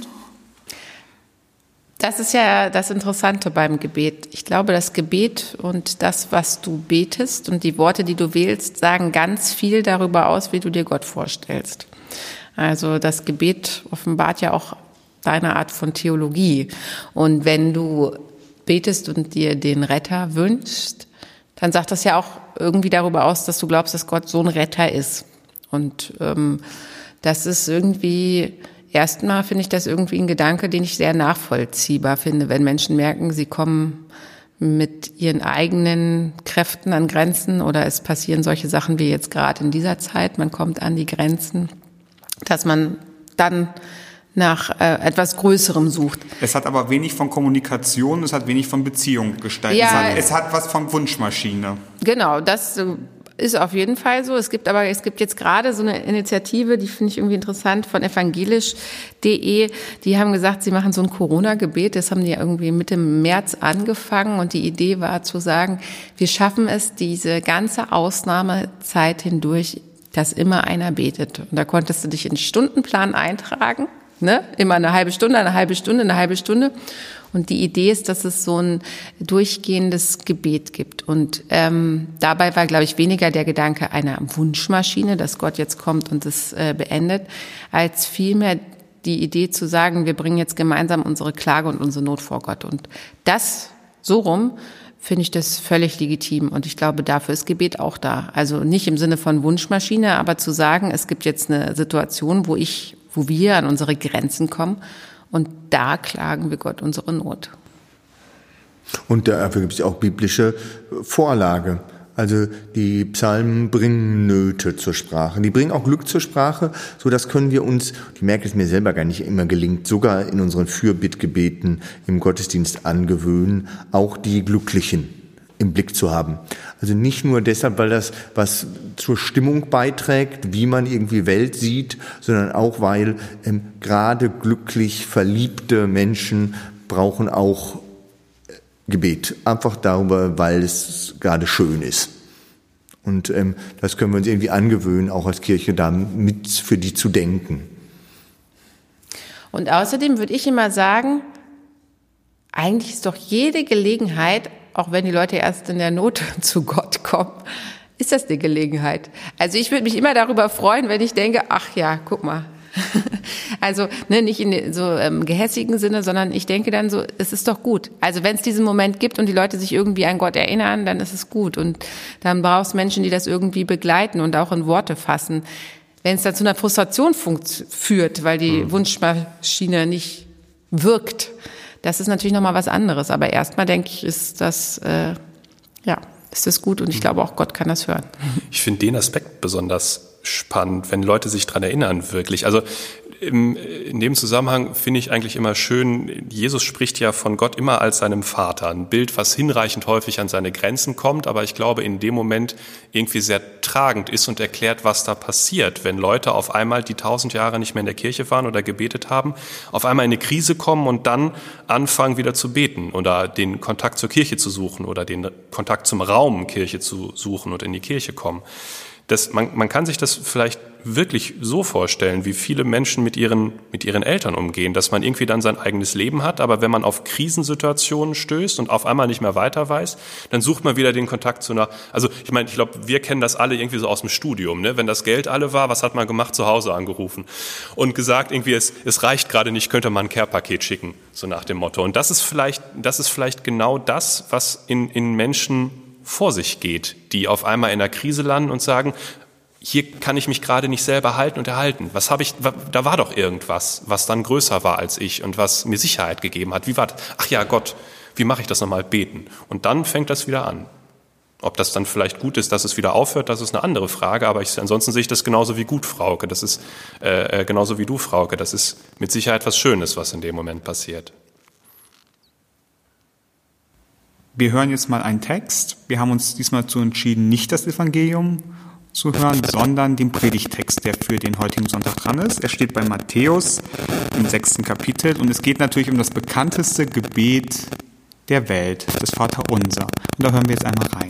Das ist ja das Interessante beim Gebet. Ich glaube, das Gebet und das, was du betest und die Worte, die du wählst, sagen ganz viel darüber aus, wie du dir Gott vorstellst. Also das Gebet offenbart ja auch deine Art von Theologie. Und wenn du betest und dir den Retter wünschst, dann sagt das ja auch irgendwie darüber aus, dass du glaubst, dass Gott so ein Retter ist. Und ähm, das ist irgendwie, erstmal finde ich das irgendwie ein Gedanke, den ich sehr nachvollziehbar finde, wenn Menschen merken, sie kommen mit ihren eigenen Kräften an Grenzen oder es passieren solche Sachen wie jetzt gerade in dieser Zeit, man kommt an die Grenzen, dass man dann nach äh, etwas Größerem sucht. Es hat aber wenig von Kommunikation, es hat wenig von Beziehung gestaltet. Ja, es, hat, es hat was von Wunschmaschine. Genau, das äh, ist auf jeden Fall so. Es gibt aber, es gibt jetzt gerade so eine Initiative, die finde ich irgendwie interessant, von evangelisch punkt de. Die haben gesagt, sie machen so ein Corona-Gebet. Das haben die irgendwie Mitte März angefangen und die Idee war zu sagen, wir schaffen es, diese ganze Ausnahmezeit hindurch, dass immer einer betet. Und da konntest du dich in den Stundenplan eintragen. Ne? Immer eine halbe Stunde, eine halbe Stunde, eine halbe Stunde. Und die Idee ist, dass es so ein durchgehendes Gebet gibt. Und ähm, dabei war, glaube ich, weniger der Gedanke einer Wunschmaschine, dass Gott jetzt kommt und es äh, beendet, als vielmehr die Idee zu sagen, wir bringen jetzt gemeinsam unsere Klage und unsere Not vor Gott. Und das so rum finde ich das völlig legitim. Und ich glaube, dafür ist Gebet auch da. Also nicht im Sinne von Wunschmaschine, aber zu sagen, es gibt jetzt eine Situation, wo ich wo wir an unsere Grenzen kommen und da klagen wir Gott unsere Not. Und dafür gibt es auch biblische Vorlage. Also die Psalmen bringen Nöte zur Sprache. Die bringen auch Glück zur Sprache. So, das können wir uns, ich merke es mir selber gar nicht immer gelingt, sogar in unseren Fürbittgebeten im Gottesdienst angewöhnen, auch die Glücklichen im Blick zu haben. Also nicht nur deshalb, weil das was zur Stimmung beiträgt, wie man irgendwie Welt sieht, sondern auch, weil ähm, gerade glücklich verliebte Menschen brauchen auch äh, Gebet. Einfach darüber, weil es gerade schön ist. Und ähm, das können wir uns irgendwie angewöhnen, auch als Kirche da mit für die zu denken. Und außerdem würde ich immer sagen, eigentlich ist doch jede Gelegenheit, auch wenn die Leute erst in der Not zu Gott kommen, ist das eine Gelegenheit. Also ich würde mich immer darüber freuen, wenn ich denke, ach ja, guck mal. Also ne, nicht in so ähm, gehässigen Sinne, sondern ich denke dann so, es ist doch gut. Also wenn es diesen Moment gibt und die Leute sich irgendwie an Gott erinnern, dann ist es gut. Und dann brauchst du Menschen, die das irgendwie begleiten und auch in Worte fassen. Wenn es dann zu einer Frustration funkt, führt, weil die mhm. Wunschmaschine nicht wirkt, Das ist natürlich nochmal was anderes. Aber erstmal denke ich, ist das, äh, ja, ist das gut und ich glaube auch Gott kann das hören. Ich finde den Aspekt besonders spannend, wenn Leute sich dran erinnern, wirklich. Also im, in dem Zusammenhang finde ich eigentlich immer schön, Jesus spricht ja von Gott immer als seinem Vater. Ein Bild, was hinreichend häufig an seine Grenzen kommt, aber ich glaube in dem Moment irgendwie sehr tragend ist und erklärt, was da passiert, wenn Leute auf einmal, die tausend Jahre nicht mehr in der Kirche waren oder gebetet haben, auf einmal in eine Krise kommen und dann anfangen wieder zu beten oder den Kontakt zur Kirche zu suchen oder den Kontakt zum Raum Kirche zu suchen und in die Kirche kommen. Das, man, man kann sich das vielleicht wirklich so vorstellen, wie viele Menschen mit ihren, mit ihren Eltern umgehen, dass man irgendwie dann sein eigenes Leben hat, aber wenn man auf Krisensituationen stößt und auf einmal nicht mehr weiter weiß, dann sucht man wieder den Kontakt zu einer, also ich meine, ich glaube, wir kennen das alle irgendwie so aus dem Studium, ne? Wenn das Geld alle war, was hat man gemacht? Zu Hause angerufen und gesagt, irgendwie, es, es reicht gerade nicht, könnte man ein Care-Paket schicken, so nach dem Motto. Und das ist vielleicht, das ist vielleicht genau das, was in, in Menschen vor sich geht, die auf einmal in einer Krise landen und sagen, hier kann ich mich gerade nicht selber halten und erhalten. Was habe ich, da war doch irgendwas, was dann größer war als ich und was mir Sicherheit gegeben hat. Wie war das? Ach ja, Gott, wie mache ich das nochmal? Beten. Und dann fängt das wieder an. Ob das dann vielleicht gut ist, dass es wieder aufhört, das ist eine andere Frage. Aber ich, ansonsten sehe ich das genauso wie gut, Frauke. Das ist äh, genauso wie du, Frauke. Das ist mit Sicherheit was Schönes, was in dem Moment passiert. Wir hören jetzt mal einen Text. Wir haben uns diesmal dazu entschieden, nicht das Evangelium zu hören, sondern den Predigttext, der für den heutigen Sonntag dran ist. Er steht bei Matthäus im sechsten Kapitel und es geht natürlich um das bekannteste Gebet der Welt, das Vaterunser. Und da hören wir jetzt einmal rein.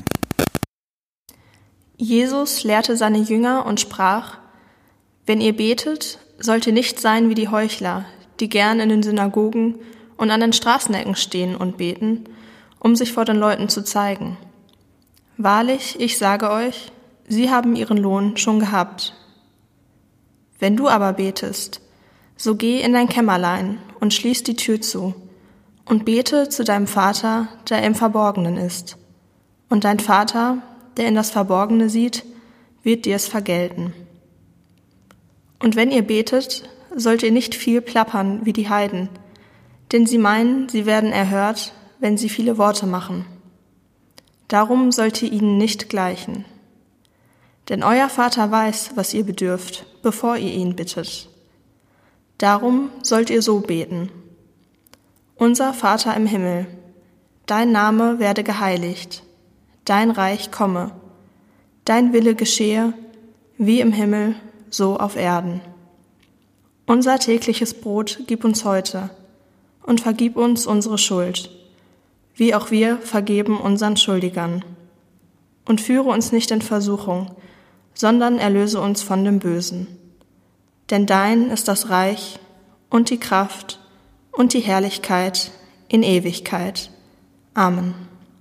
Jesus lehrte seine Jünger und sprach: Wenn ihr betet, sollt ihr nicht sein wie die Heuchler, die gern in den Synagogen und an den Straßenecken stehen und beten, um sich vor den Leuten zu zeigen. Wahrlich, ich sage euch, sie haben ihren Lohn schon gehabt. Wenn du aber betest, so geh in dein Kämmerlein und schließ die Tür zu und bete zu deinem Vater, der im Verborgenen ist. Und dein Vater, der in das Verborgene sieht, wird dir es vergelten. Und wenn ihr betet, sollt ihr nicht viel plappern wie die Heiden, denn sie meinen, sie werden erhört, wenn sie viele Worte machen. Darum sollt ihr ihnen nicht gleichen. Denn euer Vater weiß, was ihr bedürft, bevor ihr ihn bittet. Darum sollt ihr so beten: Unser Vater im Himmel, dein Name werde geheiligt, dein Reich komme, dein Wille geschehe, wie im Himmel, so auf Erden. Unser tägliches Brot gib uns heute und vergib uns unsere Schuld, wie auch wir vergeben unseren Schuldigern. Und führe uns nicht in Versuchung, sondern erlöse uns von dem Bösen. Denn dein ist das Reich und die Kraft und die Herrlichkeit in Ewigkeit. Amen.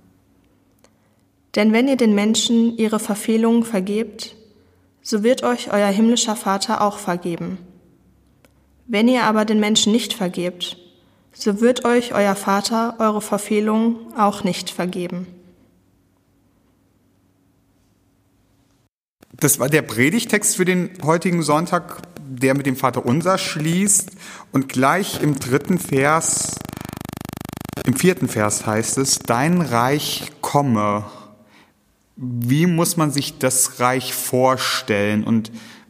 Denn wenn ihr den Menschen ihre Verfehlungen vergebt, so wird euch euer himmlischer Vater auch vergeben. Wenn ihr aber den Menschen nicht vergebt, so wird euch euer Vater eure Verfehlungen auch nicht vergeben. Das war der Predigtext für den heutigen Sonntag, der mit dem Vaterunser schließt. Und gleich im dritten Vers, im vierten Vers heißt es: Dein Reich komme. Wie muss man sich das Reich vorstellen? Und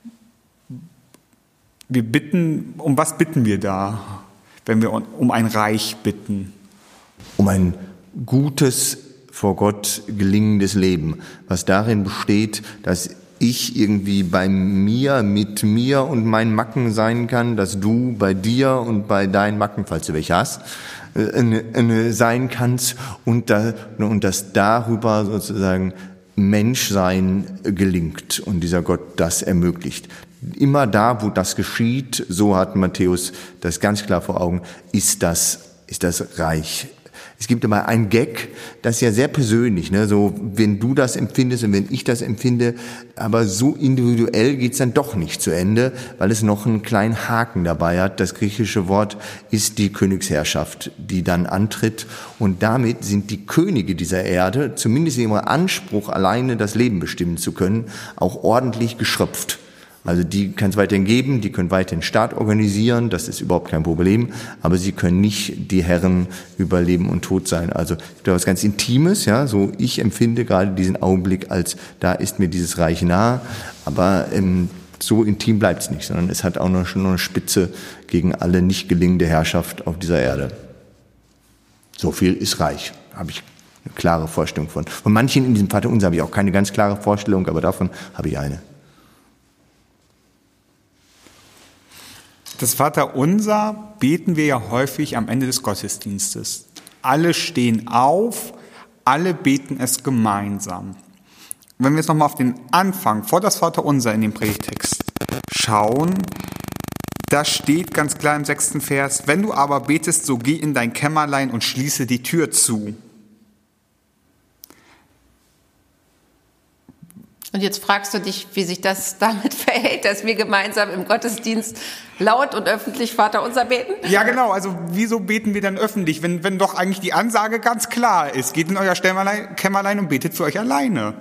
wir bitten, um was bitten wir da, wenn wir um ein Reich bitten? Um ein gutes, vor Gott gelingendes Leben, was darin besteht, dass ich irgendwie bei mir, mit mir und meinen Macken sein kann, dass du bei dir und bei deinen Macken, falls du welche hast, äh, sein kannst und, da, und dass darüber sozusagen Menschsein gelingt und dieser Gott das ermöglicht. Immer da, wo das geschieht, so hat Matthäus das ganz klar vor Augen, ist das, ist das Reich. Es gibt immer ein Gag, das ist ja sehr persönlich, ne? So, wenn du das empfindest und wenn ich das empfinde, aber so individuell geht's dann doch nicht zu Ende, weil es noch einen kleinen Haken dabei hat. Das griechische Wort ist die Königsherrschaft, die dann antritt, und damit sind die Könige dieser Erde, zumindest in ihrem Anspruch, alleine das Leben bestimmen zu können, auch ordentlich geschröpft. Also die kann es weiterhin geben, die können weiterhin Staat organisieren, das ist überhaupt kein Problem, aber sie können nicht die Herren über Leben und Tod sein. Also da was ganz Intimes, ja, so ich empfinde gerade diesen Augenblick als, da ist mir dieses Reich nah, aber ähm, so intim bleibt es nicht, sondern es hat auch noch schon eine Spitze gegen alle nicht gelingende Herrschaft auf dieser Erde. So viel ist Reich, habe ich eine klare Vorstellung von. Von manchen in diesem Vaterunser habe ich auch keine ganz klare Vorstellung, aber davon habe ich eine. Das Vaterunser beten wir ja häufig am Ende des Gottesdienstes. Alle stehen auf, alle beten es gemeinsam. Wenn wir jetzt nochmal auf den Anfang, vor das Vaterunser in dem Predigtext schauen, da steht ganz klar im sechsten Vers, wenn du aber betest, so geh in dein Kämmerlein und schließe die Tür zu. Und jetzt fragst du dich, wie sich das damit verhält, dass wir gemeinsam im Gottesdienst laut und öffentlich Vaterunser beten? Ja, genau. Also wieso beten wir dann öffentlich, wenn, wenn doch eigentlich die Ansage ganz klar ist? Geht in euer Kämmerlein und betet für euch alleine.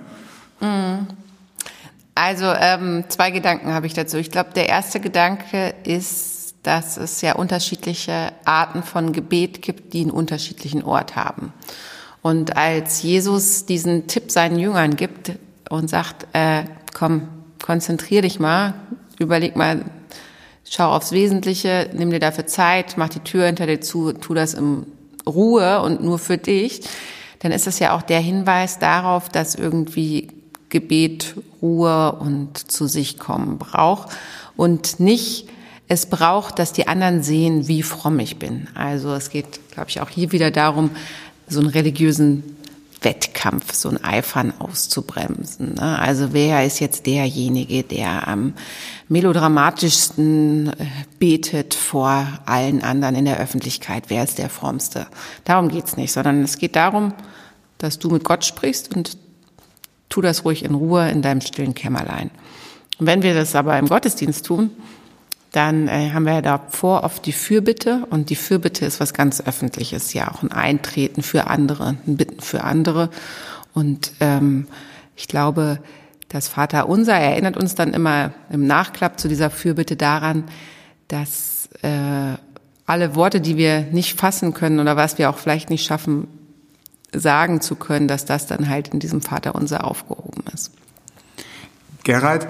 Also ähm, zwei Gedanken habe ich dazu. Ich glaube, der erste Gedanke ist, dass es ja unterschiedliche Arten von Gebet gibt, die einen unterschiedlichen Ort haben. Und als Jesus diesen Tipp seinen Jüngern gibt, und sagt, äh, komm, konzentrier dich mal, überleg mal, schau aufs Wesentliche, nimm dir dafür Zeit, mach die Tür hinter dir zu, tu das in Ruhe und nur für dich, dann ist das ja auch der Hinweis darauf, dass irgendwie Gebet Ruhe und zu sich kommen braucht und nicht, es braucht, dass die anderen sehen, wie fromm ich bin. Also es geht, glaube ich, auch hier wieder darum, so einen religiösen Wettkampf, so ein Eifern auszubremsen. Also wer ist jetzt derjenige, der am melodramatischsten betet vor allen anderen in der Öffentlichkeit? Wer ist der Frommste? Darum geht's nicht, sondern es geht darum, dass du mit Gott sprichst und tu das ruhig in Ruhe in deinem stillen Kämmerlein. Und wenn wir das aber im Gottesdienst tun, dann äh, haben wir ja davor oft die Fürbitte und die Fürbitte ist was ganz Öffentliches, ja auch ein Eintreten für andere, ein Bitten für andere und ähm, ich glaube, das Vaterunser erinnert uns dann immer im Nachklapp zu dieser Fürbitte daran, dass äh, alle Worte, die wir nicht fassen können oder was wir auch vielleicht nicht schaffen, sagen zu können, dass das dann halt in diesem Vaterunser aufgehoben ist. Gerald,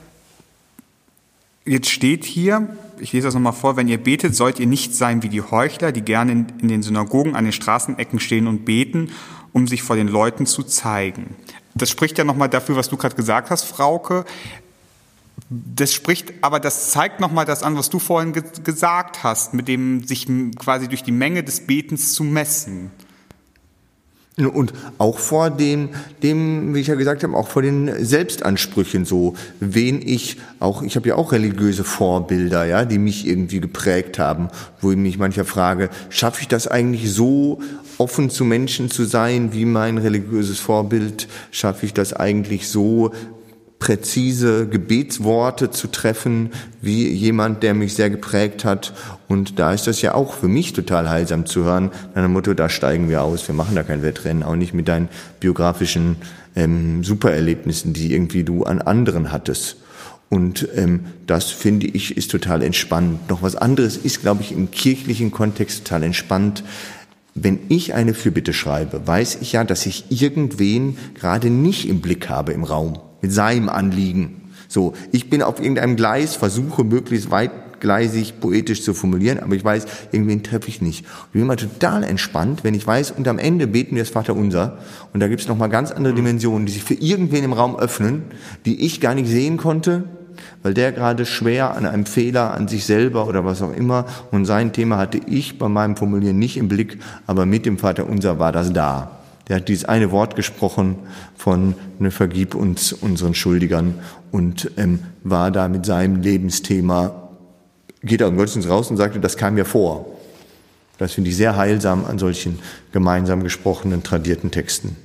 jetzt steht hier, ich lese das nochmal vor, wenn ihr betet, sollt ihr nicht sein wie die Heuchler, die gerne in, in den Synagogen an den Straßenecken stehen und beten, um sich vor den Leuten zu zeigen. Das spricht ja nochmal dafür, was du gerade gesagt hast, Frauke. Das spricht, aber das zeigt nochmal das an, was du vorhin ge- gesagt hast, mit dem sich quasi durch die Menge des Betens zu messen. Und auch vor dem, dem, wie ich ja gesagt habe, auch vor den Selbstansprüchen so, wen ich auch, ich habe ja auch religiöse Vorbilder, ja, die mich irgendwie geprägt haben, wo ich mich manchmal frage, schaffe ich das eigentlich so offen zu Menschen zu sein, wie mein religiöses Vorbild? Schaffe ich das eigentlich so präzise Gebetsworte zu treffen, wie jemand, der mich sehr geprägt hat. Und da ist das ja auch für mich total heilsam zu hören, nach dem Motto, da steigen wir aus, wir machen da kein Wettrennen, auch nicht mit deinen biografischen ähm, Supererlebnissen, die irgendwie du an anderen hattest. Und ähm, das, finde ich, ist total entspannt. Noch was anderes ist, glaube ich, im kirchlichen Kontext total entspannt. Wenn ich eine Fürbitte schreibe, weiß ich ja, dass ich irgendwen gerade nicht im Blick habe im Raum, mit seinem Anliegen. So, ich bin auf irgendeinem Gleis, versuche möglichst weitgleisig poetisch zu formulieren, aber ich weiß, irgendwen treffe ich nicht. Und ich bin immer total entspannt, wenn ich weiß, und am Ende beten wir das Vaterunser, und da gibt es nochmal ganz andere Dimensionen, die sich für irgendwen im Raum öffnen, die ich gar nicht sehen konnte, weil der gerade schwer an einem Fehler an sich selber oder was auch immer, und sein Thema hatte ich bei meinem Formulieren nicht im Blick, aber mit dem Vaterunser war das da. Der hat dieses eine Wort gesprochen von ne, vergib uns unseren Schuldigern und ähm, war da mit seinem Lebensthema, geht er im Gottesdienst raus und sagte, das kam mir vor. Das finde ich sehr heilsam an solchen gemeinsam gesprochenen, tradierten Texten.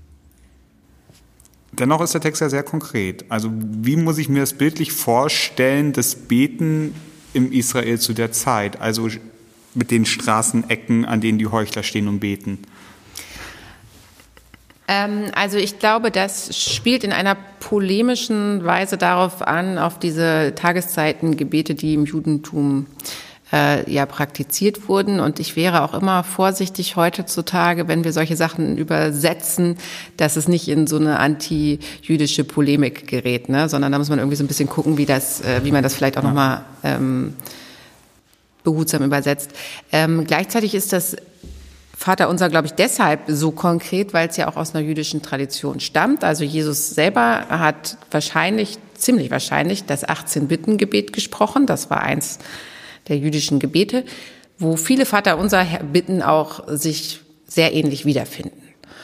Dennoch ist der Text ja sehr konkret. Also wie muss ich mir das bildlich vorstellen, das Beten im Israel zu der Zeit? Also mit den Straßenecken, an denen die Heuchler stehen und beten. Ähm, also ich glaube, das spielt in einer polemischen Weise darauf an, auf diese Tageszeitengebete, die im Judentum äh, ja praktiziert wurden. Und ich wäre auch immer vorsichtig heutzutage, wenn wir solche Sachen übersetzen, dass es nicht in so eine anti-jüdische Polemik gerät, ne? Sondern da muss man irgendwie so ein bisschen gucken, wie das, äh, wie man das vielleicht auch ja. nochmal ähm, behutsam übersetzt. Ähm, gleichzeitig ist das Vaterunser, glaube ich, deshalb so konkret, weil es ja auch aus einer jüdischen Tradition stammt. Also Jesus selber hat wahrscheinlich, ziemlich wahrscheinlich, das achtzehn-Bitten-Gebet gesprochen. Das war eins der jüdischen Gebete, wo viele Vaterunser-Bitten auch sich sehr ähnlich wiederfinden.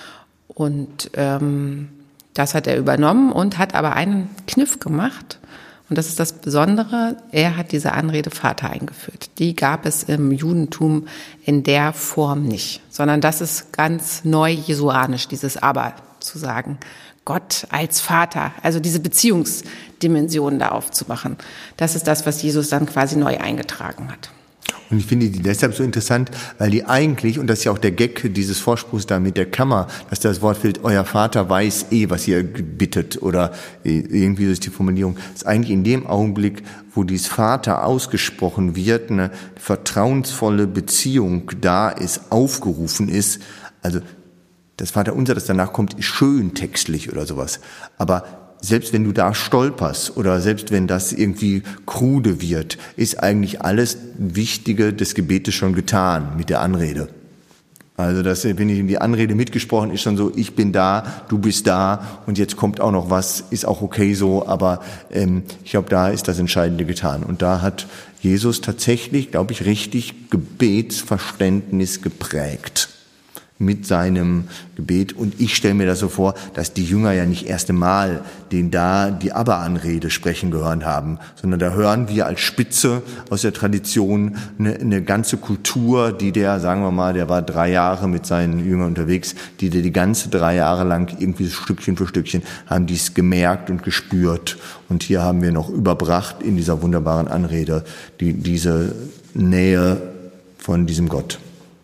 Und ähm, das hat er übernommen und hat aber einen Kniff gemacht. Und das ist das Besondere, er hat diese Anrede Vater eingeführt. Die gab es im Judentum in der Form nicht, sondern das ist ganz neu jesuanisch, dieses Aber zu sagen. Gott als Vater, also diese Beziehungsdimension da aufzumachen. Das ist das, was Jesus dann quasi neu eingetragen hat. Und ich finde die deshalb so interessant, weil die eigentlich, und das ist ja auch der Gag dieses Vorspruchs da mit der Kammer, dass das Wort fehlt, euer Vater weiß eh, was ihr bittet, oder irgendwie so ist die Formulierung, ist eigentlich in dem Augenblick, wo dieses Vater ausgesprochen wird, eine vertrauensvolle Beziehung da ist, aufgerufen ist. Also das Vaterunser, das danach kommt, ist schön textlich oder sowas. Aber selbst wenn du da stolperst oder selbst wenn das irgendwie krude wird, ist eigentlich alles Wichtige des Gebetes schon getan mit der Anrede. Also das, wenn ich in die Anrede mitgesprochen, ist schon so, ich bin da, du bist da und jetzt kommt auch noch was, ist auch okay so, aber ähm, ich glaube, da ist das Entscheidende getan. Und da hat Jesus tatsächlich, glaube ich, richtig Gebetsverständnis geprägt mit seinem Gebet. Und ich stelle mir das so vor, dass die Jünger ja nicht erste Mal den da die Aber-Anrede sprechen gehört haben, sondern da hören wir als Spitze aus der Tradition eine, eine ganze Kultur, die der, sagen wir mal, der war drei Jahre mit seinen Jüngern unterwegs, die der die ganze drei Jahre lang irgendwie Stückchen für Stückchen haben dies gemerkt und gespürt. Und hier haben wir noch überbracht in dieser wunderbaren Anrede die, diese Nähe von diesem Gott.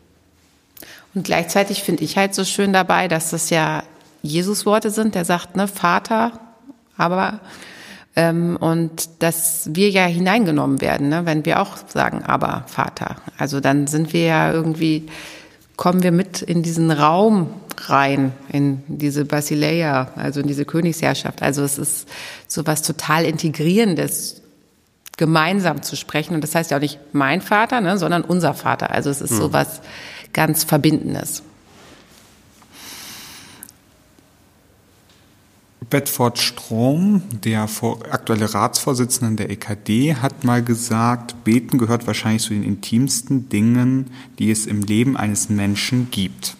Und gleichzeitig finde ich halt so schön dabei, dass das ja Jesus-Worte sind. Der sagt, ne, Vater, aber ähm, und dass wir ja hineingenommen werden, ne, wenn wir auch sagen, aber Vater. Also dann sind wir ja irgendwie, kommen wir mit in diesen Raum rein, in diese Basileia, also in diese Königsherrschaft. Also es ist so was total Integrierendes, gemeinsam zu sprechen. Und das heißt ja auch nicht mein Vater, ne, sondern unser Vater. Also es ist mhm. so was ganz Verbindendes. Bedford Strom, der aktuelle Ratsvorsitzende der E K D, hat mal gesagt, Beten gehört wahrscheinlich zu den intimsten Dingen, die es im Leben eines Menschen gibt.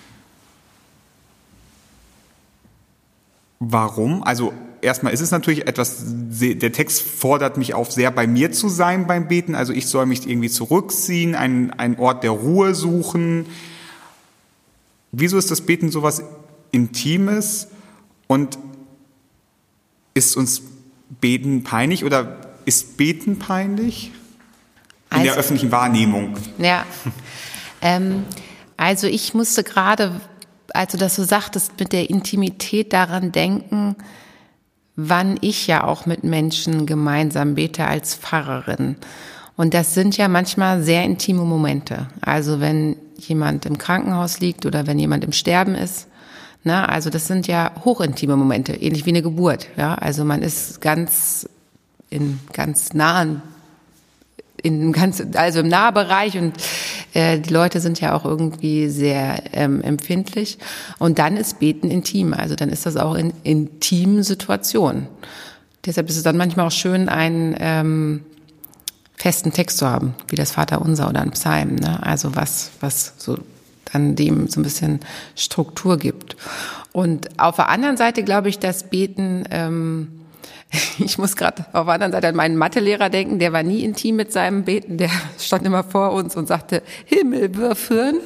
Warum? Also erstmal ist es natürlich etwas, der Text fordert mich auf, sehr bei mir zu sein beim Beten. Also ich soll mich irgendwie zurückziehen, einen, einen Ort der Ruhe suchen. Wieso ist das Beten sowas Intimes? Und ist uns Beten peinlich oder ist Beten peinlich? In also, der öffentlichen Wahrnehmung. Ja, ähm, also ich musste gerade, als du das so sagtest, mit der Intimität daran denken, wann ich ja auch mit Menschen gemeinsam bete als Pfarrerin. Und das sind ja manchmal sehr intime Momente. Also wenn jemand im Krankenhaus liegt oder wenn jemand im Sterben ist. Ne? Also das sind ja hochintime Momente, ähnlich wie eine Geburt. Ja? Also man ist ganz in ganz nahen, in ganz, also im Nahbereich und äh, die Leute sind ja auch irgendwie sehr ähm, empfindlich. Und dann ist Beten intim, also dann ist das auch in intimen Situationen. Deshalb ist es dann manchmal auch schön, einen ähm, festen Text zu haben, wie das Vaterunser oder ein Psalm, ne? Also was, was so dann dem so ein bisschen Struktur gibt. Und auf der anderen Seite glaube ich, dass Beten, ähm, ich muss gerade auf der anderen Seite an meinen Mathelehrer denken, der war nie intim mit seinem Beten, der stand immer vor uns und sagte, Himmel würfeln.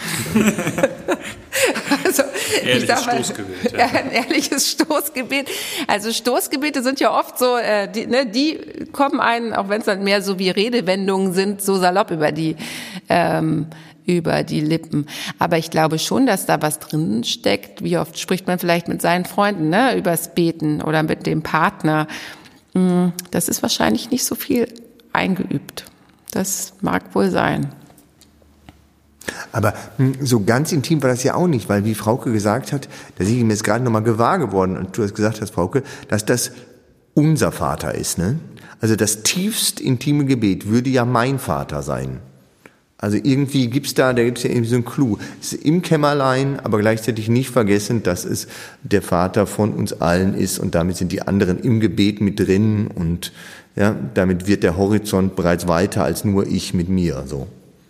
Also, ehrliches ich sag mal, Stoßgebet. Ja. Ja, ein ehrliches Stoßgebet. Also Stoßgebete sind ja oft so, äh, die, ne, die kommen einen, auch wenn es dann mehr so wie Redewendungen sind, so salopp über die ähm, über die Lippen. Aber ich glaube schon, dass da was drin steckt. Wie oft spricht man vielleicht mit seinen Freunden, ne, übers Beten oder mit dem Partner? Das ist wahrscheinlich nicht so viel eingeübt. Das mag wohl sein. Aber so ganz intim war das ja auch nicht, weil wie Frauke gesagt hat, da sind mir jetzt gerade nochmal gewahr geworden, und du hast gesagt hast, Frauke, dass das unser Vater ist, ne? Also das tiefst intime Gebet würde ja mein Vater sein. Also irgendwie gibt's da, da gibt's ja irgendwie so einen Clou. Es ist im Kämmerlein, aber gleichzeitig nicht vergessen, dass es der Vater von uns allen ist, und damit sind die anderen im Gebet mit drin, und ja, damit wird der Horizont bereits weiter als nur ich mit mir, so.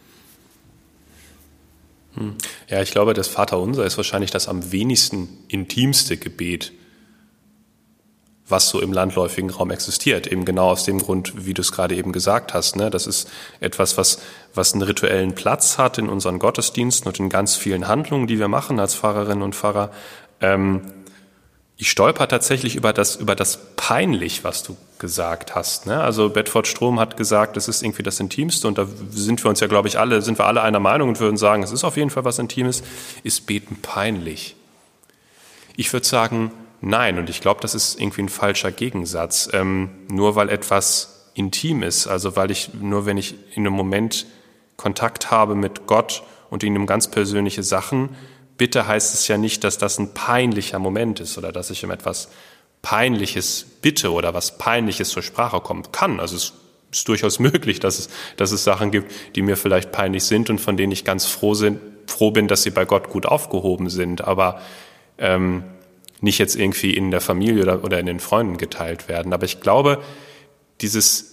Ja, ich glaube, das Vaterunser ist wahrscheinlich das am wenigsten intimste Gebet, was so im landläufigen Raum existiert. Eben genau aus dem Grund, wie du es gerade eben gesagt hast. Ne? Das ist etwas, was, was einen rituellen Platz hat in unseren Gottesdiensten und in ganz vielen Handlungen, die wir machen als Pfarrerinnen und Pfarrer. Ähm, ich stolper tatsächlich über das, über das Peinlich, was du gesagt hast. Ne? Also Bedford Strom hat gesagt, das ist irgendwie das Intimste, und da sind wir uns ja, glaube ich, alle, sind wir alle einer Meinung und würden sagen, es ist auf jeden Fall was Intimes. Ist Beten peinlich? Ich würde sagen, nein, und ich glaube, das ist irgendwie ein falscher Gegensatz. Ähm, nur weil etwas intim ist, also weil ich, nur wenn ich in einem Moment Kontakt habe mit Gott und ihn um ganz persönliche Sachen bitte, heißt es ja nicht, dass das ein peinlicher Moment ist oder dass ich um etwas Peinliches bitte oder was Peinliches zur Sprache kommen kann. Also es ist durchaus möglich, dass es, dass es Sachen gibt, die mir vielleicht peinlich sind und von denen ich ganz froh, sind, froh bin, dass sie bei Gott gut aufgehoben sind, aber ähm, nicht jetzt irgendwie in der Familie oder, oder in den Freunden geteilt werden. Aber ich glaube, dieses,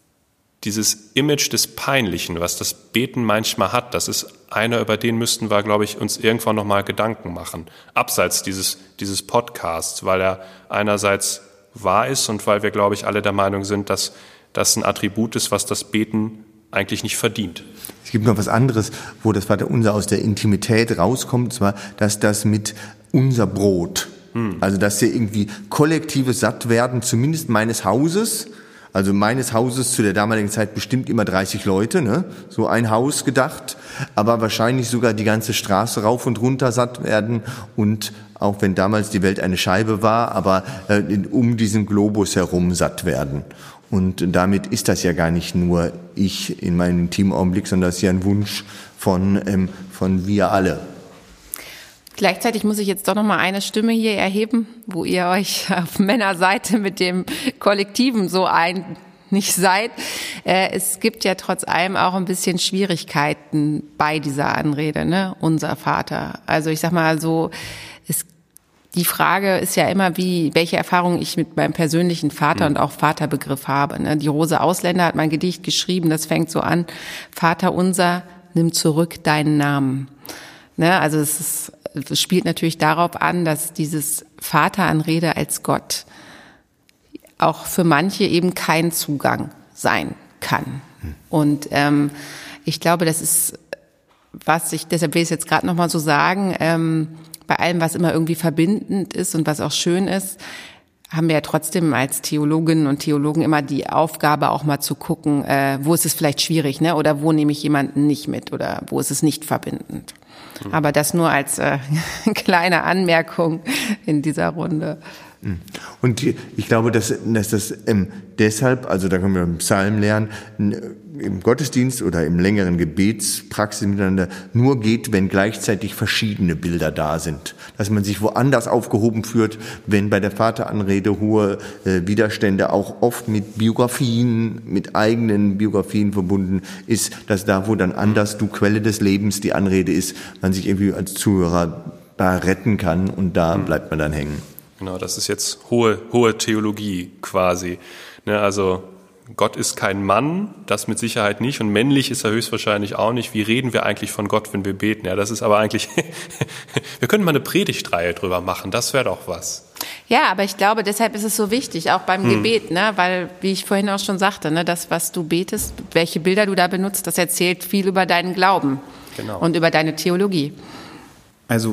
dieses Image des Peinlichen, was das Beten manchmal hat, das ist einer, über den müssten wir, glaube ich, uns irgendwann nochmal Gedanken machen. Abseits dieses, dieses Podcasts, weil er einerseits wahr ist und weil wir, glaube ich, alle der Meinung sind, dass das ein Attribut ist, was das Beten eigentlich nicht verdient. Es gibt noch was anderes, wo das Vaterunser aus der Intimität rauskommt, und zwar, dass das mit unser Brot, hm. also dass wir irgendwie kollektives Sattwerden, zumindest meines Hauses, also meines Hauses zu der damaligen Zeit bestimmt immer dreißig Leute, ne? So ein Haus gedacht, aber wahrscheinlich sogar die ganze Straße rauf und runter satt werden, und auch wenn damals die Welt eine Scheibe war, aber äh, um diesen Globus herum satt werden. Und damit ist das ja gar nicht nur ich in meinem intimen Augenblick, sondern das ist ja ein Wunsch von, ähm, von wir alle. Gleichzeitig muss ich jetzt doch noch mal eine Stimme hier erheben, wo ihr euch auf Männerseite mit dem Kollektiven so einig seid. Äh, es gibt ja trotz allem auch ein bisschen Schwierigkeiten bei dieser Anrede, ne? Unser Vater. Also ich sag mal so, es, die Frage ist ja immer, wie, welche Erfahrungen ich mit meinem persönlichen Vater und auch Vaterbegriff habe. Ne? Die Rose Ausländer hat mein Gedicht geschrieben, das fängt so an: Vater unser, nimm zurück deinen Namen. Ne? Also es ist, es spielt natürlich darauf an, dass dieses Vateranrede als Gott auch für manche eben kein Zugang sein kann. Und ähm, ich glaube, das ist, was ich, deshalb will ich es jetzt gerade nochmal so sagen, ähm, bei allem, was immer irgendwie verbindend ist und was auch schön ist, haben wir ja trotzdem als Theologinnen und Theologen immer die Aufgabe, auch mal zu gucken, äh, wo ist es vielleicht schwierig, ne? Oder wo nehme ich jemanden nicht mit oder wo ist es nicht verbindend. Mhm. Aber das nur als äh, kleine Anmerkung in dieser Runde. Und ich glaube, dass, dass das ähm, deshalb, also da können wir im Psalm lernen, im Gottesdienst oder im längeren Gebetspraxis miteinander nur geht, wenn gleichzeitig verschiedene Bilder da sind. Dass man sich woanders aufgehoben führt, wenn bei der Vateranrede hohe äh, Widerstände auch oft mit Biografien, mit eigenen Biografien verbunden ist, dass da, wo dann anders du Quelle des Lebens die Anrede ist, man sich irgendwie als Zuhörer da retten kann, und da bleibt man dann hängen. Genau, das ist jetzt hohe, hohe Theologie quasi. Ne, also Gott ist kein Mann, das mit Sicherheit nicht, und männlich ist er höchstwahrscheinlich auch nicht. Wie reden wir eigentlich von Gott, wenn wir beten? Ja, das ist aber eigentlich, wir können mal eine Predigtreihe drüber machen, das wäre doch was. Ja, aber ich glaube, deshalb ist es so wichtig, auch beim hm. Gebet, ne, weil, wie ich vorhin auch schon sagte, ne, das, was du betest, welche Bilder du da benutzt, das erzählt viel über deinen Glauben genau. und über deine Theologie. Also,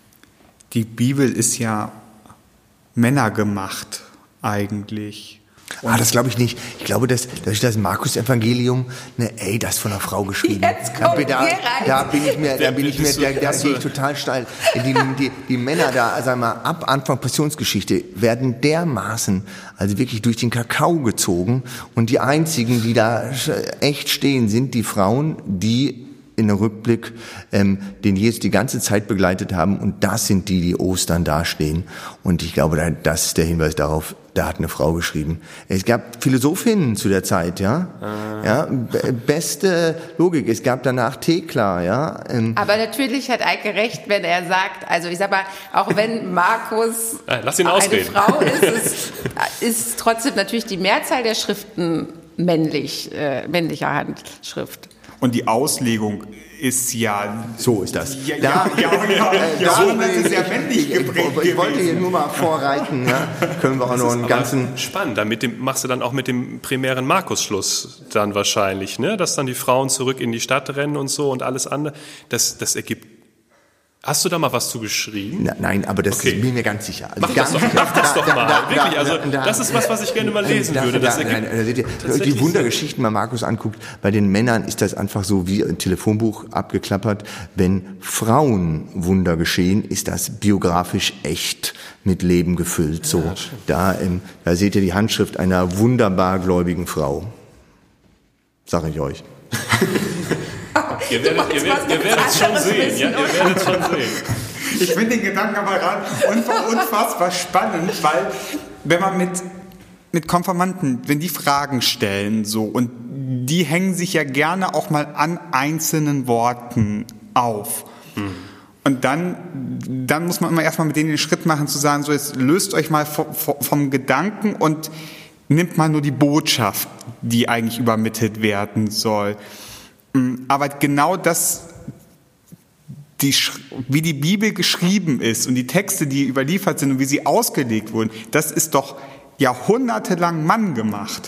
die Bibel ist ja Männer gemacht eigentlich. Ah, das glaube ich nicht. Ich glaube, dass, dass das Markus-Evangelium, ne, ey, das von einer Frau geschrieben. Jetzt da, kommt da, da bin ich mir, da bin ich mir, da, da gehe ich total steil. Die, die, die Männer da, sag mal, ab Anfang Passionsgeschichte werden dermaßen, also wirklich durch den Kakao gezogen. Und die einzigen, die da echt stehen, sind die Frauen, die in der Rückblick, ähm, den Jesus die ganze Zeit begleitet haben. Und das sind die, die Ostern dastehen. Und ich glaube, das ist der Hinweis darauf, da hat eine Frau geschrieben. Es gab Philosophinnen zu der Zeit, ja. Ah. Ja, b- beste Logik. Es gab danach Thekla, ja. Ähm, Aber natürlich hat Eike recht, wenn er sagt, also ich sag mal, auch wenn Markus Lass ihn eine ausreden. Frau ist, ist, ist trotzdem natürlich die Mehrzahl der Schriften männlich, äh, männlicher Handschrift. Und die Auslegung ist ja... So ist das. Ja, ja, ja, ja, ja, ja so, das ist ja männlich geprägt ich, ich wollte gewesen. hier nur mal vorreiten, ja. Können wir auch noch einen ganzen... Spannend, dann mit dem, machst du dann auch mit dem primären Markus-Schluss dann wahrscheinlich, ne? Dass dann die Frauen zurück in die Stadt rennen und so und alles andere. Das, das ergibt... Hast du da mal was zu geschrieben? Na, nein, aber das Okay. ist mir mir ganz sicher. Also Mach ganz das doch, mach das doch mal. Da, da, Wirklich, also da, da, das ist was, was ich gerne mal lesen da, würde. Das da, ergibt nein, da seht ihr, tatsächlich die Wundergeschichten mal Markus anguckt, bei den Männern ist das einfach so wie ein Telefonbuch abgeklappert. Wenn Frauen Wunder geschehen, ist das biografisch echt mit Leben gefüllt. So, Ja, da, ähm, da seht ihr die Handschrift einer wunderbar gläubigen Frau. Sag ich euch. Ihr werdet, ihr werdet, ihr werdet es schon sehen. Ja, ihr werdet schon sehen. Ich finde den Gedanken aber gerade unfassbar spannend, weil wenn man mit, mit Konfirmanden, wenn die Fragen stellen so und die hängen sich ja gerne auch mal an einzelnen Worten auf. Hm. Und dann, dann muss man immer erstmal mit denen den Schritt machen, zu sagen, so jetzt löst euch mal vom, vom Gedanken und nimmt mal nur die Botschaft, die eigentlich übermittelt werden soll. Aber genau das, die, wie die Bibel geschrieben ist und die Texte, die überliefert sind und wie sie ausgelegt wurden, das ist doch jahrhundertelang Mann gemacht.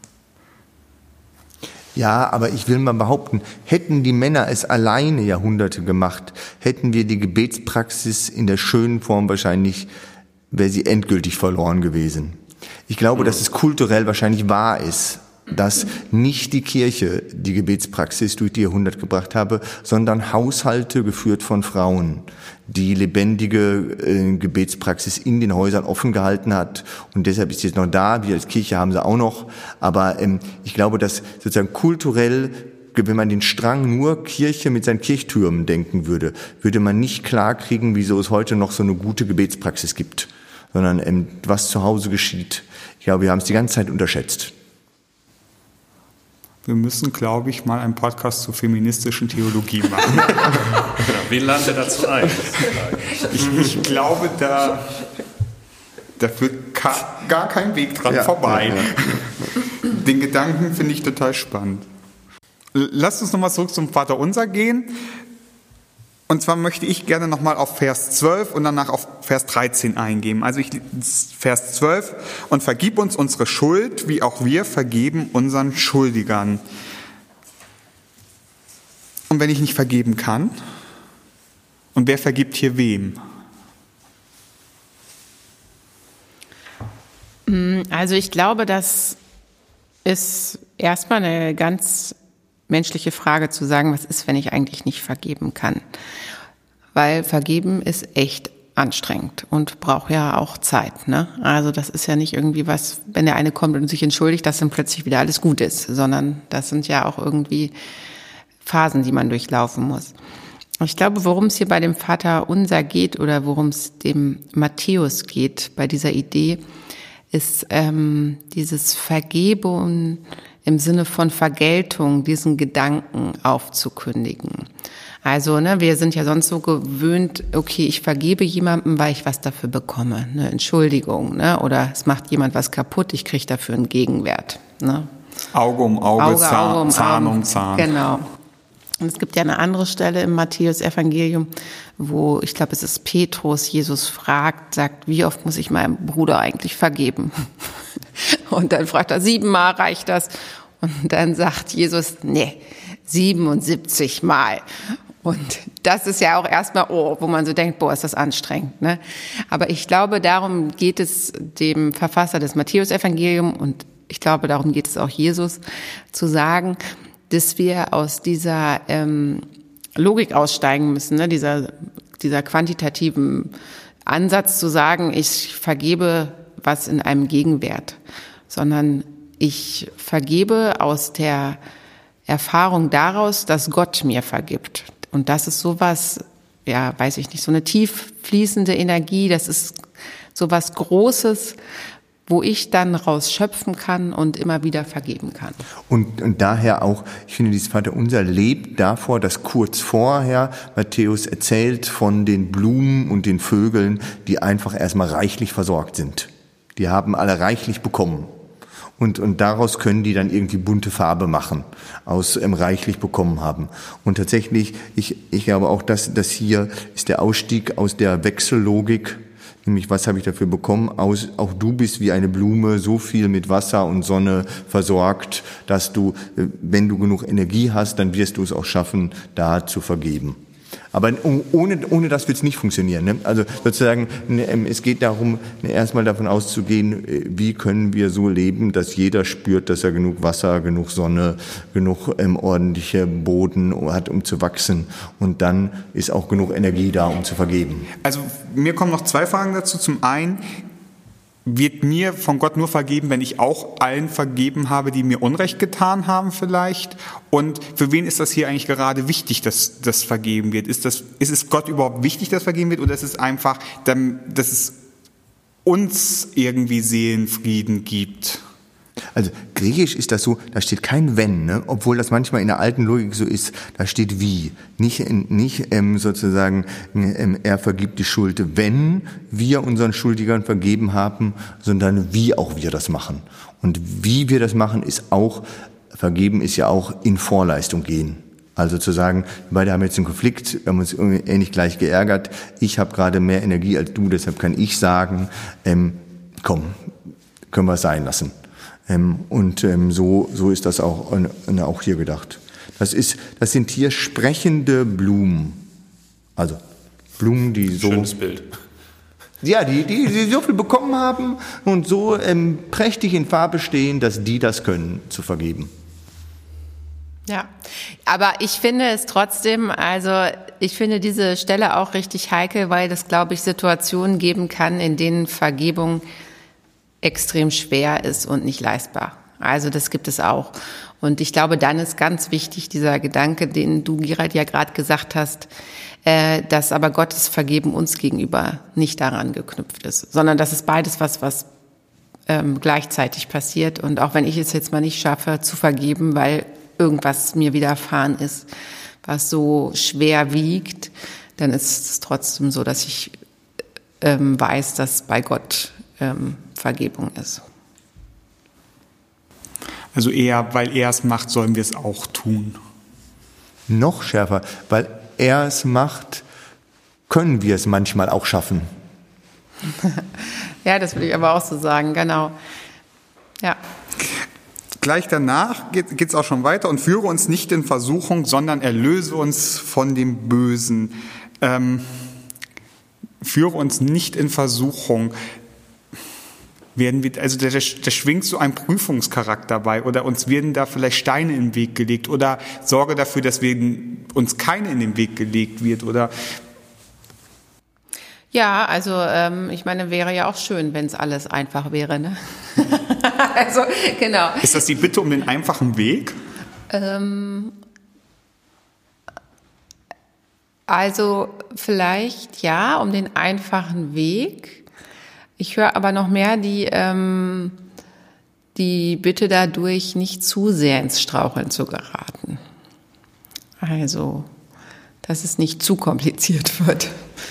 Ja, aber ich will mal behaupten, hätten die Männer es alleine Jahrhunderte gemacht, hätten wir die Gebetspraxis in der schönen Form wahrscheinlich, wäre sie endgültig verloren gewesen. Ich glaube, mhm. dass es kulturell wahrscheinlich wahr ist, dass nicht die Kirche die Gebetspraxis durch die Jahrhunderte gebracht habe, sondern Haushalte geführt von Frauen, die lebendige äh, Gebetspraxis in den Häusern offen gehalten hat. Und deshalb ist sie jetzt noch da. Wir als Kirche haben sie auch noch. Aber ähm, ich glaube, dass sozusagen kulturell, wenn man den Strang nur Kirche mit seinen Kirchtürmen denken würde, würde man nicht klarkriegen, wieso es heute noch so eine gute Gebetspraxis gibt, sondern ähm, was zu Hause geschieht. Ich glaube, wir haben es die ganze Zeit unterschätzt. Wir müssen, glaube ich, mal einen Podcast zur feministischen Theologie machen. Genau. Wie laden wir dazu ein? Ich, ich glaube, da, da führt ka, gar kein Weg dran ja, vorbei. Ja, ja. Den Gedanken finde ich total spannend. Lasst uns nochmal zurück zum Vaterunser gehen. Und zwar möchte ich gerne nochmal auf Vers zwölf und danach auf Vers dreizehn eingehen. Also ich, Vers zwölf, und vergib uns unsere Schuld, wie auch wir vergeben unseren Schuldigern. Und wenn ich nicht vergeben kann, und wer vergibt hier wem? Also ich glaube, das ist erstmal eine ganz menschliche Frage zu sagen, was ist, wenn ich eigentlich nicht vergeben kann? Weil vergeben ist echt anstrengend und braucht ja auch Zeit, ne? Also das ist ja nicht irgendwie was, wenn der eine kommt und sich entschuldigt, dass dann plötzlich wieder alles gut ist, sondern das sind ja auch irgendwie Phasen, die man durchlaufen muss. Ich glaube, worum es hier bei dem Vaterunser geht oder worum es dem Matthäus geht bei dieser Idee, ist ähm, dieses Vergebung im Sinne von Vergeltung, diesen Gedanken aufzukündigen. Also, ne, wir sind ja sonst so gewöhnt, okay, ich vergebe jemandem, weil ich was dafür bekomme, eine Entschuldigung, ne, oder es macht jemand was kaputt, ich kriege dafür einen Gegenwert, ne. Auge um Auge, Auge, Zahn, Auge um Zahn Auge. um Zahn. Genau. Und es gibt ja eine andere Stelle im Matthäus-Evangelium, wo, ich glaube, es ist Petrus, Jesus fragt, sagt, wie oft muss ich meinem Bruder eigentlich vergeben? Und dann fragt er, siebenmal reicht das? Und dann sagt Jesus, nee, siebenundsiebzig Mal. Und das ist ja auch erstmal, oh, wo man so denkt, boah, ist das anstrengend, ne? Aber ich glaube, darum geht es dem Verfasser des Matthäus-Evangeliums und ich glaube, darum geht es auch Jesus, zu sagen, dass wir aus dieser ähm, Logik aussteigen müssen, ne? dieser, dieser quantitativen Ansatz zu sagen, ich vergebe was in einem Gegenwert, sondern ich vergebe aus der Erfahrung daraus, dass Gott mir vergibt. Und das ist sowas, ja, weiß ich nicht, so eine tief fließende Energie, das ist sowas Großes, wo ich dann raus schöpfen kann und immer wieder vergeben kann. Und, und daher auch, ich finde, dieses Vaterunser lebt davor, dass kurz vorher Matthäus erzählt von den Blumen und den Vögeln, die einfach erstmal reichlich versorgt sind. Die haben alle reichlich bekommen. Und, und daraus können die dann irgendwie bunte Farbe machen, aus ähm, reichlich bekommen haben. Und tatsächlich, ich, ich glaube auch, dass das hier ist der Ausstieg aus der Wechsellogik. Nämlich, was habe ich dafür bekommen? Aus, auch du bist wie eine Blume, so viel mit Wasser und Sonne versorgt, dass du, wenn du genug Energie hast, dann wirst du es auch schaffen, da zu vergeben. Aber ohne, ohne das wird es nicht funktionieren. Ne? Also sozusagen, es geht darum, erstmal davon auszugehen, wie können wir so leben, dass jeder spürt, dass er genug Wasser, genug Sonne, genug ähm, ordentliche Boden hat, um zu wachsen. Und dann ist auch genug Energie da, um zu vergeben. Also mir kommen noch zwei Fragen dazu. Zum einen, wird mir von Gott nur vergeben, wenn ich auch allen vergeben habe, die mir Unrecht getan haben vielleicht? Und für wen ist das hier eigentlich gerade wichtig, dass das vergeben wird? Ist das, ist es Gott überhaupt wichtig, dass vergeben wird? Oder ist es einfach, dass es uns irgendwie Seelenfrieden gibt? Also griechisch ist das so, da steht kein wenn, ne? Obwohl das manchmal in der alten Logik so ist, da steht wie. Nicht, nicht ähm, sozusagen, ähm, er vergibt die Schuld, wenn wir unseren Schuldigern vergeben haben, sondern wie auch wir das machen. Und wie wir das machen, ist auch, vergeben ist ja auch in Vorleistung gehen. Also zu sagen, wir beide haben jetzt einen Konflikt, wir haben uns ähnlich gleich geärgert, ich habe gerade mehr Energie als du, deshalb kann ich sagen, ähm, komm, können wir es sein lassen. Ähm, und ähm, so, so ist das auch, äh, auch hier gedacht. Das ist, das sind hier sprechende Blumen. Also Blumen, die so... Schönes Bild. Ja, die, die, die so viel bekommen haben und so ähm, prächtig in Farbe stehen, dass die das können, zu vergeben. Ja, aber ich finde es trotzdem, also ich finde diese Stelle auch richtig heikel, weil das, glaube ich, Situationen geben kann, in denen Vergebung extrem schwer ist und nicht leistbar. Also das gibt es auch. Und ich glaube, dann ist ganz wichtig dieser Gedanke, den du, Gerald, ja gerade gesagt hast, äh, dass aber Gottes Vergeben uns gegenüber nicht daran geknüpft ist, sondern das ist beides was, was ähm, gleichzeitig passiert. Und auch wenn ich es jetzt mal nicht schaffe, zu vergeben, weil irgendwas mir widerfahren ist, was so schwer wiegt, dann ist es trotzdem so, dass ich ähm, weiß, dass bei Gott ähm, Vergebung ist. Also eher, weil er es macht, sollen wir es auch tun. Noch schärfer, weil er es macht, können wir es manchmal auch schaffen. Ja, das würde ich aber auch so sagen, genau. Ja. Gleich danach geht es auch schon weiter. Und führe uns nicht in Versuchung, sondern erlöse uns von dem Bösen. Ähm, führe uns nicht in Versuchung. Werden wir, also da, da schwingt so ein Prüfungscharakter bei, oder uns werden da vielleicht Steine in den Weg gelegt, oder sorge dafür, dass wir, uns keine in den Weg gelegt wird, oder? Ja, also ähm, ich meine, wäre ja auch schön, wenn es alles einfach wäre, ne? Also genau. Ist das die Bitte um den einfachen Weg? Ähm, also vielleicht ja, um den einfachen Weg. Ich höre aber noch mehr die, ähm, die Bitte dadurch, nicht zu sehr ins Straucheln zu geraten. Also, dass es nicht zu kompliziert wird.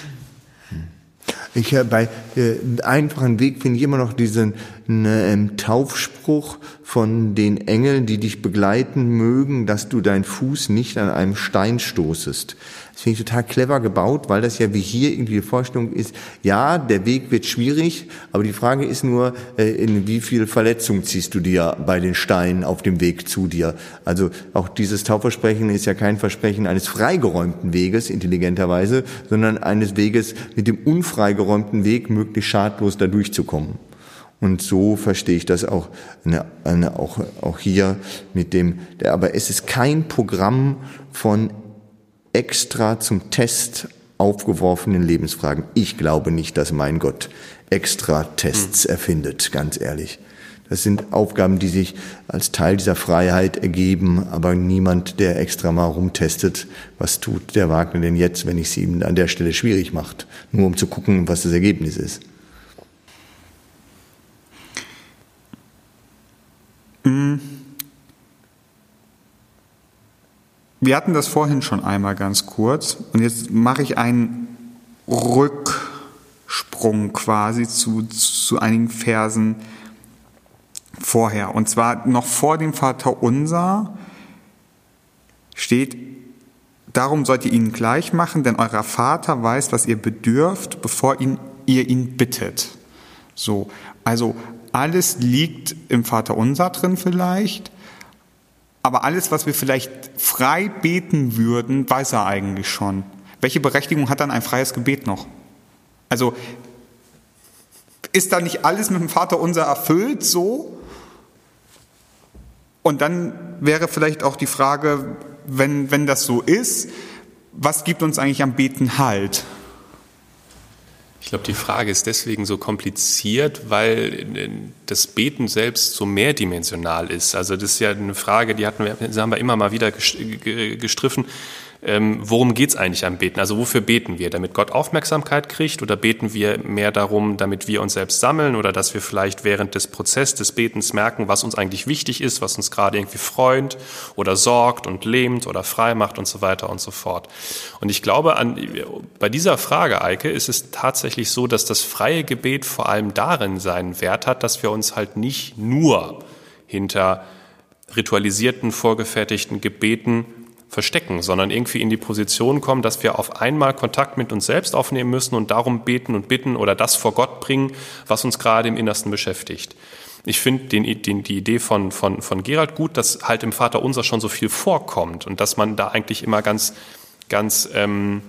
Ich äh, bei äh, einfachen Weg finde ich immer noch diesen äh, Taufspruch von den Engeln, die dich begleiten mögen, dass du deinen Fuß nicht an einem Stein stoßest. Das finde ich total clever gebaut, weil das ja wie hier irgendwie die Vorstellung ist, ja, der Weg wird schwierig, aber die Frage ist nur, äh, in wie viel Verletzung ziehst du dir bei den Steinen auf dem Weg zu dir. Also auch dieses Taufversprechen ist ja kein Versprechen eines freigeräumten Weges, intelligenterweise, sondern eines Weges mit dem unfreigeräumten Weg möglichst schadlos da durchzukommen. Und so verstehe ich das auch, eine, eine, auch, auch hier mit dem, der, aber es ist kein Programm von extra zum Test aufgeworfenen Lebensfragen. Ich glaube nicht, dass mein Gott extra Tests erfindet, ganz ehrlich. Das sind Aufgaben, die sich als Teil dieser Freiheit ergeben, aber niemand, der extra mal rumtestet, was tut der Wagner denn jetzt, wenn ich es ihm an der Stelle schwierig macht, nur um zu gucken, was das Ergebnis ist. Wir hatten das vorhin schon einmal ganz kurz und jetzt mache ich einen Rücksprung quasi zu, zu einigen Versen vorher. Und zwar noch vor dem Vaterunser steht: Darum sollt ihr ihnen gleich machen, denn euer Vater weiß, was ihr bedürft, bevor ihn, ihr ihn bittet. So, also alles liegt im Vaterunser drin vielleicht, aber alles, was wir vielleicht frei beten würden, weiß er eigentlich schon. Welche Berechtigung hat dann ein freies Gebet noch? Also ist da nicht alles mit dem Vaterunser erfüllt so? Und dann wäre vielleicht auch die Frage, wenn, wenn das so ist, was gibt uns eigentlich am Beten Halt? Ich glaube, die Frage ist deswegen so kompliziert, weil das Beten selbst so mehrdimensional ist. Also das ist ja eine Frage, die hatten wir, das haben wir immer mal wieder gestriffen. Ähm, worum geht's eigentlich am Beten? Also wofür beten wir? Damit Gott Aufmerksamkeit kriegt, oder beten wir mehr darum, damit wir uns selbst sammeln, oder dass wir vielleicht während des Prozesses des Betens merken, was uns eigentlich wichtig ist, was uns gerade irgendwie freut oder sorgt und lähmt oder frei macht und so weiter und so fort. Und ich glaube, an, bei dieser Frage, Eike, ist es tatsächlich so, dass das freie Gebet vor allem darin seinen Wert hat, dass wir uns halt nicht nur hinter ritualisierten, vorgefertigten Gebeten verstecken, sondern irgendwie in die Position kommen, dass wir auf einmal Kontakt mit uns selbst aufnehmen müssen und darum beten und bitten oder das vor Gott bringen, was uns gerade im Innersten beschäftigt. Ich finde den, den, die Idee von, von, von Gerald gut, dass halt im Vaterunser schon so viel vorkommt und dass man da eigentlich immer ganz, ganz, ähm,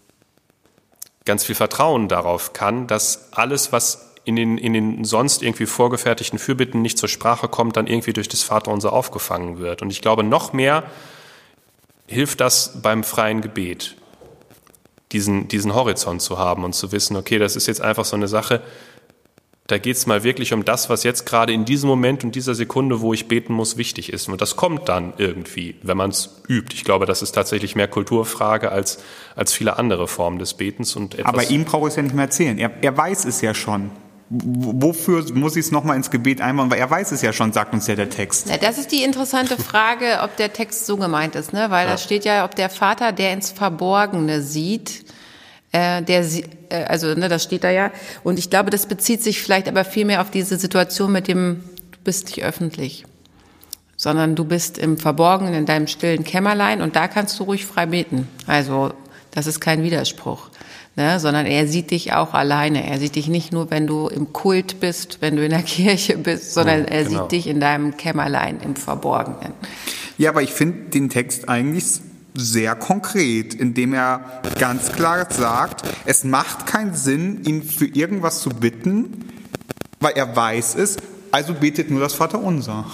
ganz viel Vertrauen darauf kann, dass alles, was in den, in den sonst irgendwie vorgefertigten Fürbitten nicht zur Sprache kommt, dann irgendwie durch das Vaterunser aufgefangen wird. Und ich glaube, noch mehr hilft das beim freien Gebet, diesen, diesen Horizont zu haben und zu wissen, okay, das ist jetzt einfach so eine Sache, da geht es mal wirklich um das, was jetzt gerade in diesem Moment und dieser Sekunde, wo ich beten muss, wichtig ist. Und das kommt dann irgendwie, wenn man es übt. Ich glaube, das ist tatsächlich mehr Kulturfrage als, als viele andere Formen des Betens. Und etwas. Aber ihm brauche ich es ja nicht mehr erzählen. Er, er weiß es ja schon. Wofür muss ich es nochmal ins Gebet einbauen? Weil er weiß es ja schon, sagt uns ja der Text. Na, das ist die interessante Frage, ob der Text so gemeint ist, ne? Weil ja. Da steht ja, ob der Vater, der ins Verborgene sieht, äh, der, äh, also ne, das steht da ja. Und ich glaube, das bezieht sich vielleicht aber vielmehr auf diese Situation mit dem, du bist nicht öffentlich, sondern du bist im Verborgenen, in deinem stillen Kämmerlein und da kannst du ruhig frei beten. Also das ist kein Widerspruch. Ne, sondern er sieht dich auch alleine. Er sieht dich nicht nur, wenn du im Kult bist, wenn du in der Kirche bist, sondern er genau. sieht dich in deinem Kämmerlein im Verborgenen. Ja, aber ich finde den Text eigentlich sehr konkret, indem er ganz klar sagt, es macht keinen Sinn, ihn für irgendwas zu bitten, weil er weiß es, also betet nur das Vaterunser.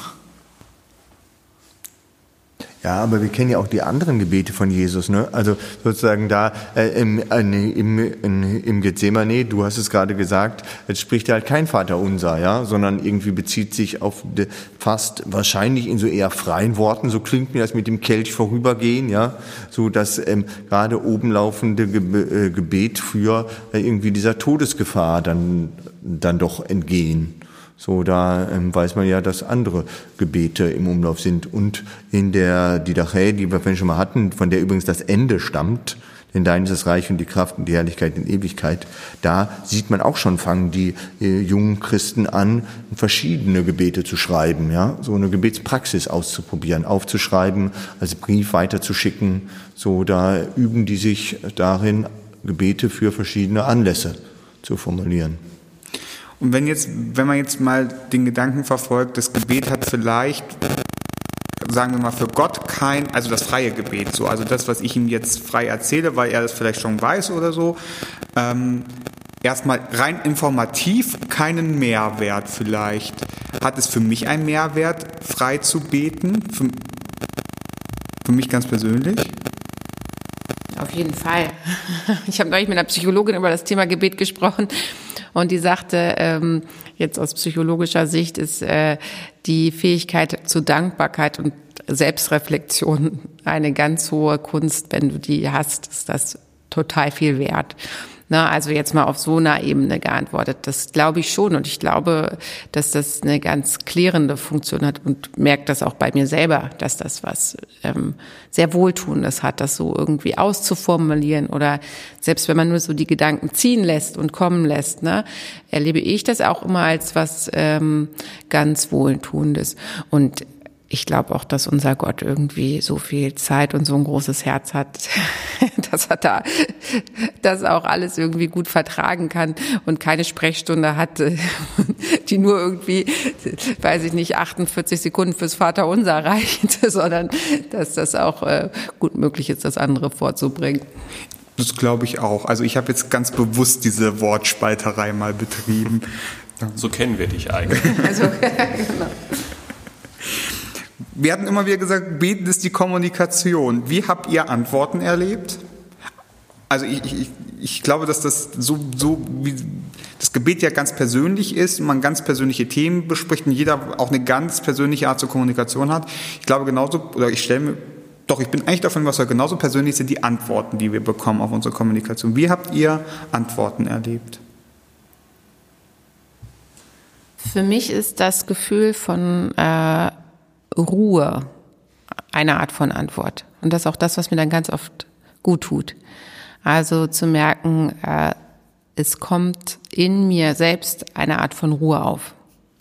Ja, aber wir kennen ja auch die anderen Gebete von Jesus, ne? Also sozusagen da äh, im, äh, im, in, im Gethsemane, du hast es gerade gesagt, jetzt spricht er halt kein Vaterunser, ja, sondern irgendwie bezieht sich auf de, fast wahrscheinlich in so eher freien Worten, so klingt mir das mit dem Kelch vorübergehen, ja, so dass ähm, gerade oben laufende Ge- äh, Gebet für äh, irgendwie dieser Todesgefahr dann dann doch entgehen. So, da ähm, weiß man ja, dass andere Gebete im Umlauf sind. Und in der Didache, die wir vorhin schon mal hatten, von der übrigens das Ende stammt, denn dein ist das Reich und die Kraft und die Herrlichkeit in Ewigkeit, da sieht man auch schon, fangen die äh, jungen Christen an, verschiedene Gebete zu schreiben, ja, so eine Gebetspraxis auszuprobieren, aufzuschreiben, als Brief weiterzuschicken. So, da üben die sich darin, Gebete für verschiedene Anlässe zu formulieren. Und wenn jetzt, wenn man jetzt mal den Gedanken verfolgt, das Gebet hat vielleicht, sagen wir mal, für Gott kein, also das freie Gebet, so, also das, was ich ihm jetzt frei erzähle, weil er das vielleicht schon weiß oder so, ähm, erstmal rein informativ keinen Mehrwert vielleicht. Hat es für mich einen Mehrwert, frei zu beten? Für, für mich ganz persönlich? Auf jeden Fall. Ich habe neulich mit einer Psychologin über das Thema Gebet gesprochen und die sagte, ähm, jetzt aus psychologischer Sicht ist äh, die Fähigkeit zur Dankbarkeit und Selbstreflexion eine ganz hohe Kunst. Wenn du die hast, ist das total viel wert. Na, also jetzt mal auf so einer Ebene geantwortet. Das glaube ich schon und ich glaube, dass das eine ganz klärende Funktion hat und merke das auch bei mir selber, dass das was ähm, sehr Wohltuendes hat, das so irgendwie auszuformulieren oder selbst wenn man nur so die Gedanken ziehen lässt und kommen lässt, ne, erlebe ich das auch immer als was ähm, ganz Wohltuendes. Und ich glaube auch, dass unser Gott irgendwie so viel Zeit und so ein großes Herz hat, dass er da das auch alles irgendwie gut vertragen kann und keine Sprechstunde hat, die nur irgendwie, weiß ich nicht, achtundvierzig Sekunden fürs Vaterunser reicht, sondern dass das auch äh, gut möglich ist, das andere vorzubringen. Das glaube ich auch. Also ich habe jetzt ganz bewusst diese Wortspalterei mal betrieben. So kennen wir dich eigentlich. Also, genau. Wir hatten immer wieder gesagt, beten ist die Kommunikation. Wie habt ihr Antworten erlebt? Also ich, ich, ich glaube, dass das so, so wie das Gebet ja ganz persönlich ist, man ganz persönliche Themen bespricht und jeder auch eine ganz persönliche Art zur Kommunikation hat. Ich glaube genauso, oder ich stelle mir, doch, ich bin eigentlich davon überzeugt, genauso persönlich sind die Antworten, die wir bekommen auf unsere Kommunikation. Wie habt ihr Antworten erlebt? Für mich ist das Gefühl von äh, Ruhe eine Art von Antwort. Und das ist auch das, was mir dann ganz oft gut tut. Also zu merken, äh, es kommt in mir selbst eine Art von Ruhe auf.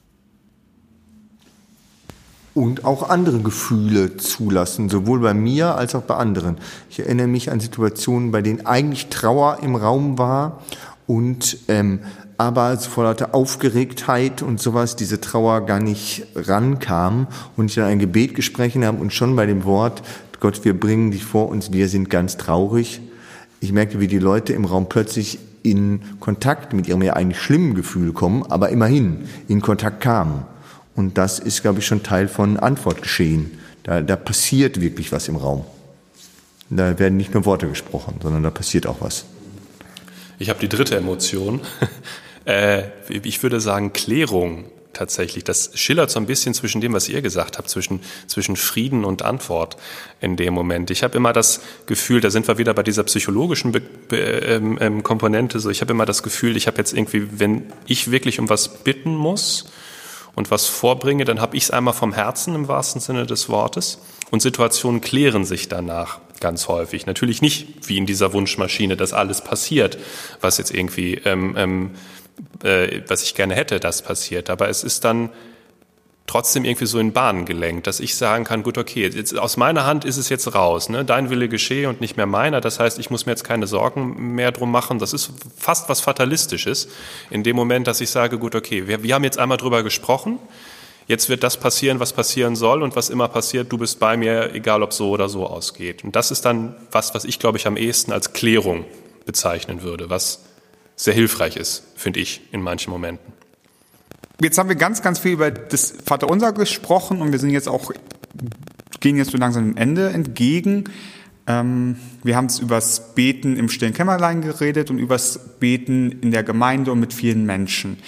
Und auch andere Gefühle zulassen, sowohl bei mir als auch bei anderen. Ich erinnere mich an Situationen, bei denen eigentlich Trauer im Raum war und ähm, aber vor lauter Aufgeregtheit und sowas diese Trauer gar nicht rankam und ich dann ein Gebet gesprochen habe und schon bei dem Wort, Gott, wir bringen dich vor uns, wir sind ganz traurig. Ich merkte, wie die Leute im Raum plötzlich in Kontakt mit ihrem ja eigentlich schlimmen Gefühl kommen, aber immerhin in Kontakt kamen. Und das ist, glaube ich, schon Teil von Antwortgeschehen. Da, da passiert wirklich was im Raum. Da werden nicht nur Worte gesprochen, sondern da passiert auch was. Ich habe die dritte Emotion. äh, ich würde sagen Klärung tatsächlich. Das schillert so ein bisschen zwischen dem, was ihr gesagt habt, zwischen, zwischen Frieden und Antwort in dem Moment. Ich habe immer das Gefühl, da sind wir wieder bei dieser psychologischen Be- Be- ähm, ähm, Komponente, so ich habe immer das Gefühl, ich habe jetzt irgendwie, wenn ich wirklich um was bitten muss und was vorbringe, dann habe ich es einmal vom Herzen im wahrsten Sinne des Wortes und Situationen klären sich danach ganz häufig. Natürlich nicht wie in dieser Wunschmaschine, dass alles passiert, was jetzt irgendwie, ähm, ähm, äh, was ich gerne hätte, das passiert. Aber es ist dann trotzdem irgendwie so in Bahnen gelenkt, dass ich sagen kann, gut, okay, jetzt, aus meiner Hand ist es jetzt raus, ne? Dein Wille geschehe und nicht mehr meiner. Das heißt, ich muss mir jetzt keine Sorgen mehr drum machen. Das ist fast was Fatalistisches in dem Moment, dass ich sage, gut, okay, wir, wir haben jetzt einmal drüber gesprochen. Jetzt wird das passieren, was passieren soll und was immer passiert, du bist bei mir, egal ob so oder so ausgeht. Und das ist dann was, was ich, glaube ich, am ehesten als Klärung bezeichnen würde, was sehr hilfreich ist, finde ich, in manchen Momenten. Jetzt haben wir ganz, ganz viel über das Vaterunser gesprochen und wir sind jetzt auch, gehen jetzt so langsam dem Ende entgegen. Ähm, wir haben es übers Beten im stillen Kämmerlein geredet und übers Beten in der Gemeinde und mit vielen Menschen.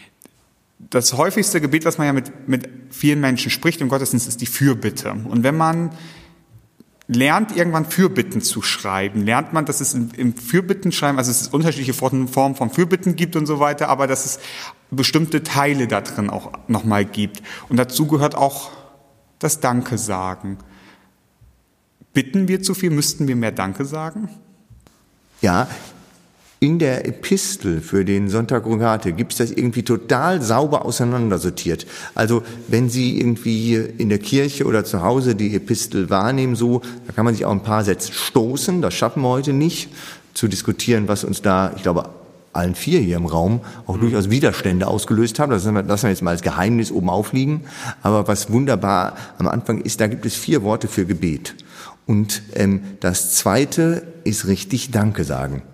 Das häufigste Gebet, was man ja mit, mit vielen Menschen spricht im Gottesdienst, ist die Fürbitte. Und wenn man lernt, irgendwann Fürbitten zu schreiben, lernt man, dass es im, im Fürbittenschreiben, also es unterschiedliche Formen von Fürbitten gibt und so weiter, aber dass es bestimmte Teile da drin auch nochmal gibt. Und dazu gehört auch das Danke sagen. Bitten wir zu viel? Müssten wir mehr Danke sagen? Ja, in der Epistel für den Sonntag Rogate gibt es das irgendwie total sauber auseinandersortiert. Also wenn Sie irgendwie in der Kirche oder zu Hause die Epistel wahrnehmen, so, da kann man sich auch ein paar Sätze stoßen, das schaffen wir heute nicht, zu diskutieren, was uns da, ich glaube, allen vier hier im Raum auch durchaus Widerstände ausgelöst haben. Das lassen wir jetzt mal als Geheimnis oben aufliegen. Aber was wunderbar am Anfang ist, da gibt es vier Worte für Gebet. Und ähm, das zweite ist richtig Danke sagen.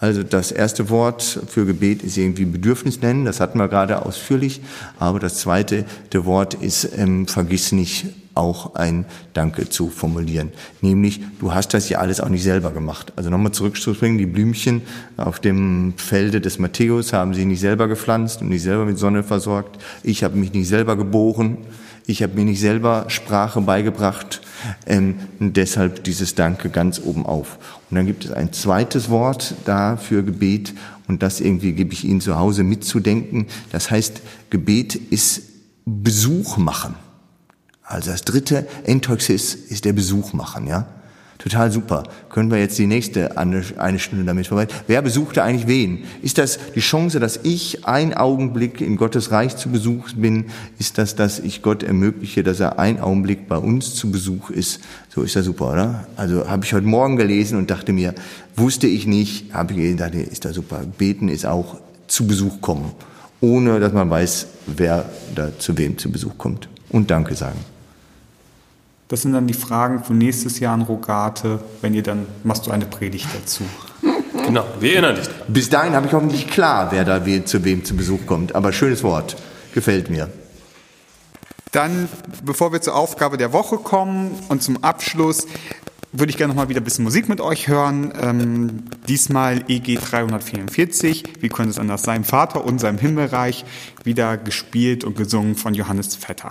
Also das erste Wort für Gebet ist irgendwie Bedürfnis nennen, das hatten wir gerade ausführlich. Aber das zweite der Wort ist, ähm, vergiss nicht, auch ein Danke zu formulieren. Nämlich, du hast das ja alles auch nicht selber gemacht. Also nochmal zurückzuspringen, die Blümchen auf dem Felde des Matthäus haben sie nicht selber gepflanzt und nicht selber mit Sonne versorgt. Ich habe mich nicht selber geboren. Ich habe mir nicht selber Sprache beigebracht. Ähm, deshalb dieses Danke ganz oben auf. Und dann gibt es ein zweites Wort da für Gebet und das irgendwie gebe ich Ihnen zu Hause mitzudenken. Das heißt, Gebet ist Besuch machen. Also das dritte, Entoxis, ist der Besuch machen, ja. Total super. Können wir jetzt die nächste eine, eine Stunde damit verwenden. Wer besuchte eigentlich wen? Ist das die Chance, dass ich einen Augenblick in Gottes Reich zu Besuch bin? Ist das, dass ich Gott ermögliche, dass er einen Augenblick bei uns zu Besuch ist? So ist das super, oder? Also habe ich heute Morgen gelesen und dachte mir, wusste ich nicht, habe ich gedacht, ist das super. Beten ist auch zu Besuch kommen, ohne dass man weiß, wer da zu wem zu Besuch kommt. Und Danke sagen. Das sind dann die Fragen für nächstes Jahr an Rogate, wenn ihr dann, machst du eine Predigt dazu. Genau, wir erinnern dich. Bis dahin habe ich hoffentlich klar, wer da we- zu wem zu Besuch kommt. Aber schönes Wort, gefällt mir. Dann, bevor wir zur Aufgabe der Woche kommen und zum Abschluss, würde ich gerne noch mal wieder ein bisschen Musik mit euch hören. Ähm, diesmal E G dreihundertvierundvierzig, wie könnte es anders sein, Vater unser im Himmelreich, wieder gespielt und gesungen von Johannes Vetter.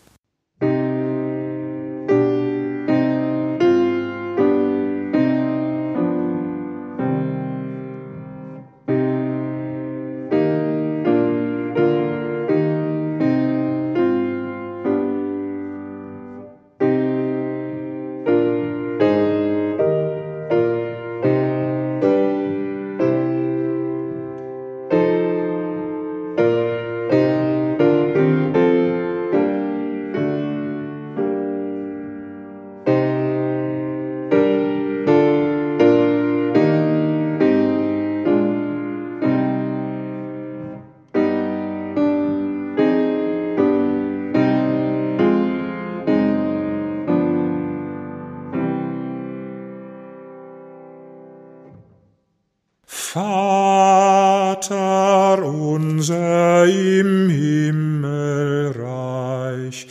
Vater unser im Himmelreich,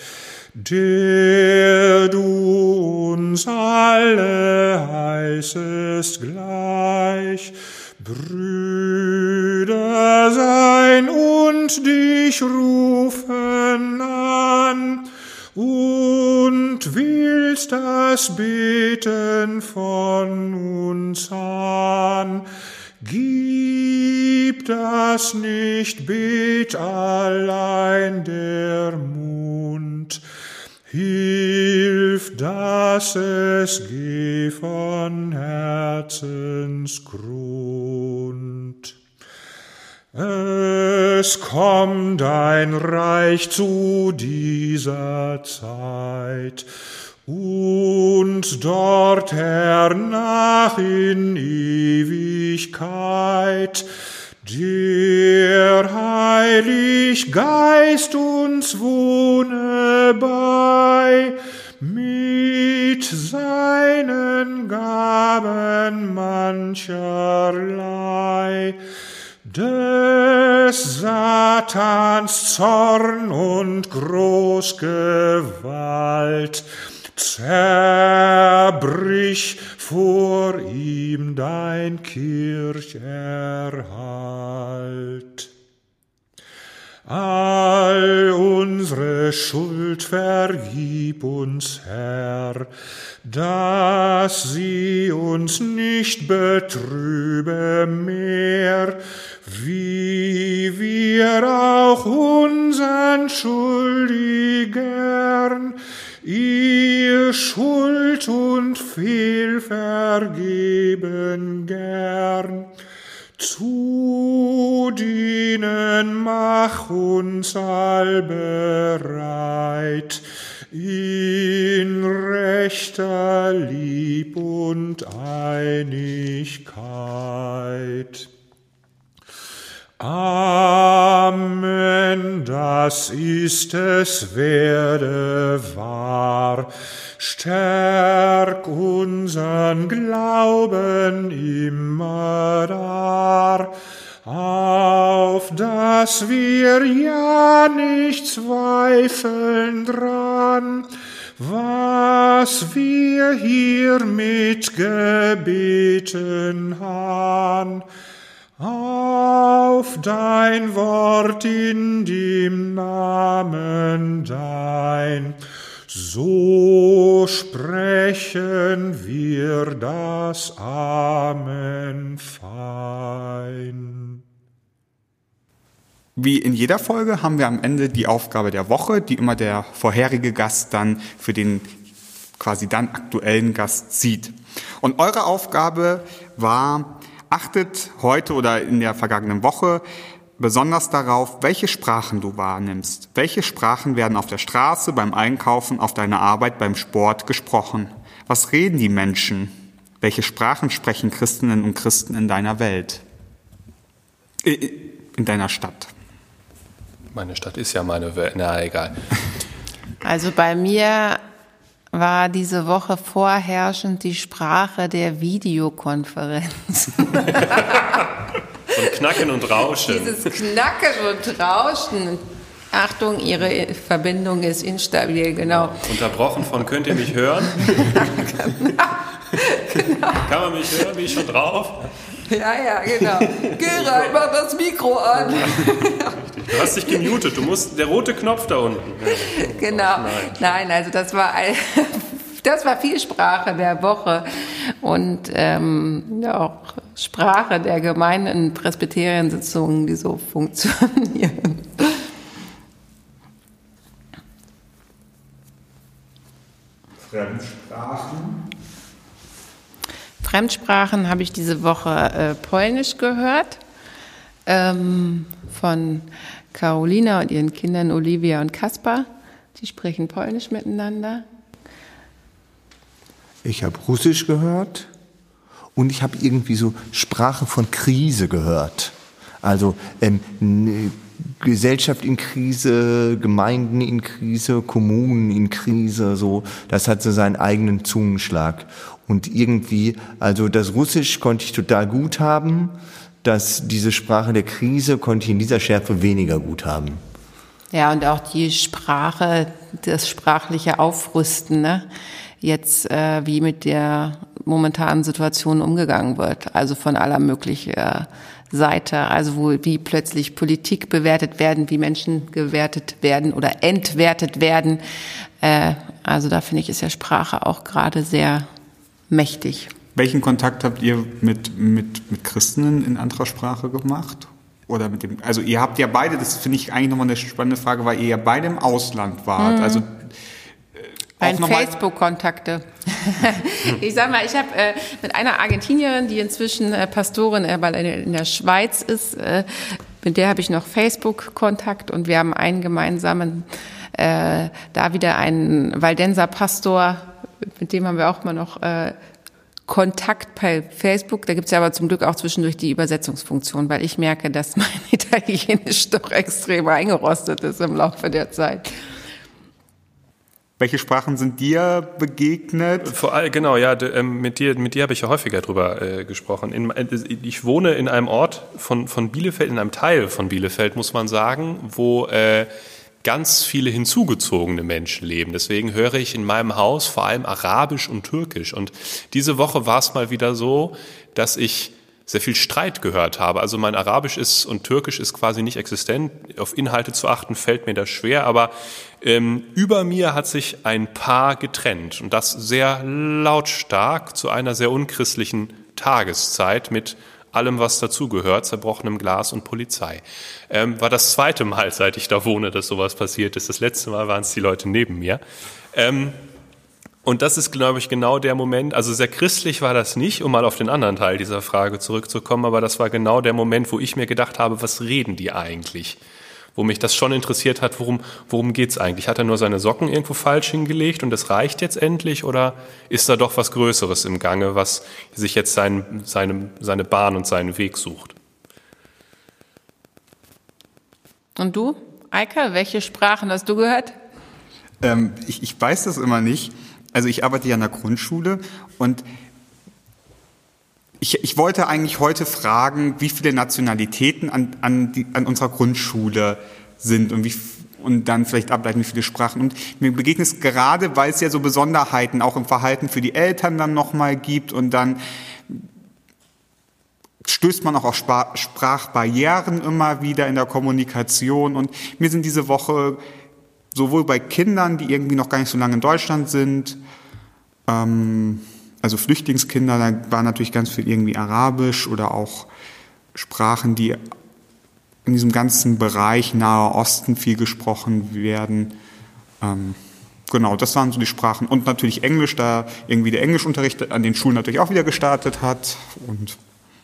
der du uns alle heißest gleich, Brüder sein und dich rufen an, und willst das Beten von uns an. Gib das nicht, bet allein der Mund. Hilf, dass es geh von Herzensgrund. Es kommt ein Reich zu dieser Zeit, und dort hernach in Ewigkeit der Heilig Geist uns wohne bei, mit seinen Gaben mancherlei. Des Satans Zorn und Großgewalt zerbrich vor ihm dein Kircherhalt. All unsere Schuld vergib uns, Herr, dass sie uns nicht betrübe mehr, wie wir auch unseren Schuldigern ihr Schuld und Fehl vergeben gern. Zu dienen mach uns allbereit, in rechter Lieb und Einigkeit. Amen, das ist es, werde wahr. Stärk unseren Glauben immer dar, auf dass wir ja nicht zweifeln dran, was wir hier mit gebeten han. Auf dein Wort in dem Namen dein, so sprechen wir das Amen fein. Wie in jeder Folge haben wir am Ende die Aufgabe der Woche, die immer der vorherige Gast dann für den quasi dann aktuellen Gast sieht. Und eure Aufgabe war, achtet heute oder in der vergangenen Woche besonders darauf, welche Sprachen du wahrnimmst. Welche Sprachen werden auf der Straße, beim Einkaufen, auf deiner Arbeit, beim Sport gesprochen? Was reden die Menschen? Welche Sprachen sprechen Christinnen und Christen in deiner Welt? In deiner Stadt? Meine Stadt ist ja meine Welt. Na, egal. Also bei mir war diese Woche vorherrschend die Sprache der Videokonferenz. Und Knacken und Rauschen. Dieses Knacken und Rauschen. Achtung, Ihre Verbindung ist instabil, genau. Unterbrochen von, könnt ihr mich hören? genau. genau. Kann man mich hören? Bin ich schon drauf? Ja, ja, genau. Gerald, mach das Mikro an. Du hast dich gemutet, du musst, der rote Knopf da unten. Genau. Nein, also das war ein, das war viel Sprache der Woche und ähm, ja, auch Sprache der Gemeinde in Presbyteriensitzungen, die so funktionieren. Fremdsprachen. Fremdsprachen habe ich diese Woche äh, Polnisch gehört, ähm, von Carolina und ihren Kindern Olivia und Kaspar. Die sprechen Polnisch miteinander. Ich habe Russisch gehört und ich habe irgendwie so Sprache von Krise gehört. Also ähm, ne, Gesellschaft in Krise, Gemeinden in Krise, Kommunen in Krise, so, das hat so seinen eigenen Zungenschlag. Und irgendwie, also das Russisch konnte ich total gut haben, dass diese Sprache der Krise konnte ich in dieser Schärfe weniger gut haben. Ja, und auch die Sprache, das sprachliche Aufrüsten, ne? Jetzt äh, wie mit der momentanen Situation umgegangen wird, also von aller möglichen äh, Seite, also wo wie plötzlich Politik bewertet werden, wie Menschen gewertet werden oder entwertet werden. Äh, also da finde ich, ist ja Sprache auch gerade sehr mächtig. Welchen Kontakt habt ihr mit, mit, mit Christinnen in anderer Sprache gemacht? Oder mit dem, also ihr habt ja beide, das finde ich eigentlich nochmal eine spannende Frage, weil ihr ja beide im Ausland wart. Mhm. Also Ein Facebook-Kontakte. Ich sag mal, ich habe äh, mit einer Argentinierin, die inzwischen äh, Pastorin äh, weil in der Schweiz ist, äh, mit der habe ich noch Facebook-Kontakt und wir haben einen gemeinsamen, äh, da wieder einen Waldenser Pastor, mit dem haben wir auch mal noch äh, Kontakt bei Facebook. Da gibt es ja aber zum Glück auch zwischendurch die Übersetzungsfunktion, weil ich merke, dass mein Italienisch doch extrem eingerostet ist im Laufe der Zeit. Welche Sprachen sind dir begegnet? Vor allem, genau, ja, d- ähm, mit dir, mit dir habe ich ja häufiger drüber äh, gesprochen. In, äh, ich wohne in einem Ort von, von Bielefeld, in einem Teil von Bielefeld, muss man sagen, wo äh, ganz viele hinzugezogene Menschen leben. Deswegen höre ich in meinem Haus vor allem Arabisch und Türkisch. Und diese Woche war es mal wieder so, dass ich sehr viel Streit gehört habe. Also mein Arabisch ist und Türkisch ist quasi nicht existent. Auf Inhalte zu achten fällt mir das schwer, aber ähm, über mir hat sich ein Paar getrennt und das sehr lautstark zu einer sehr unchristlichen Tageszeit mit allem, was dazugehört, zerbrochenem Glas und Polizei. Ähm, war das zweite Mal, seit ich da wohne, dass sowas passiert ist. Das letzte Mal waren es die Leute neben mir. Ähm, Und das ist, glaube ich, genau der Moment, also sehr christlich war das nicht, um mal auf den anderen Teil dieser Frage zurückzukommen, aber das war genau der Moment, wo ich mir gedacht habe, was reden die eigentlich? Wo mich das schon interessiert hat, worum, worum geht's eigentlich? Hat er nur seine Socken irgendwo falsch hingelegt und das reicht jetzt endlich oder ist da doch was Größeres im Gange, was sich jetzt sein, seine, seine Bahn und seinen Weg sucht? Und du, Eike, welche Sprachen hast du gehört? Ähm, ich, ich weiß das immer nicht. Also ich arbeite ja in der Grundschule und ich, ich wollte eigentlich heute fragen, wie viele Nationalitäten an, an, die, an unserer Grundschule sind und, wie, und dann vielleicht ableiten, wie viele Sprachen. Und mir begegnet es gerade, weil es ja so Besonderheiten auch im Verhalten für die Eltern dann nochmal gibt und dann stößt man auch auf Sprachbarrieren immer wieder in der Kommunikation. Und mir sind diese Woche sowohl bei Kindern, die irgendwie noch gar nicht so lange in Deutschland sind, ähm, also Flüchtlingskinder, da war natürlich ganz viel irgendwie Arabisch oder auch Sprachen, die in diesem ganzen Bereich Nahe Osten viel gesprochen werden. Ähm, genau, das waren so die Sprachen. Und natürlich Englisch, da irgendwie der Englischunterricht an den Schulen natürlich auch wieder gestartet hat und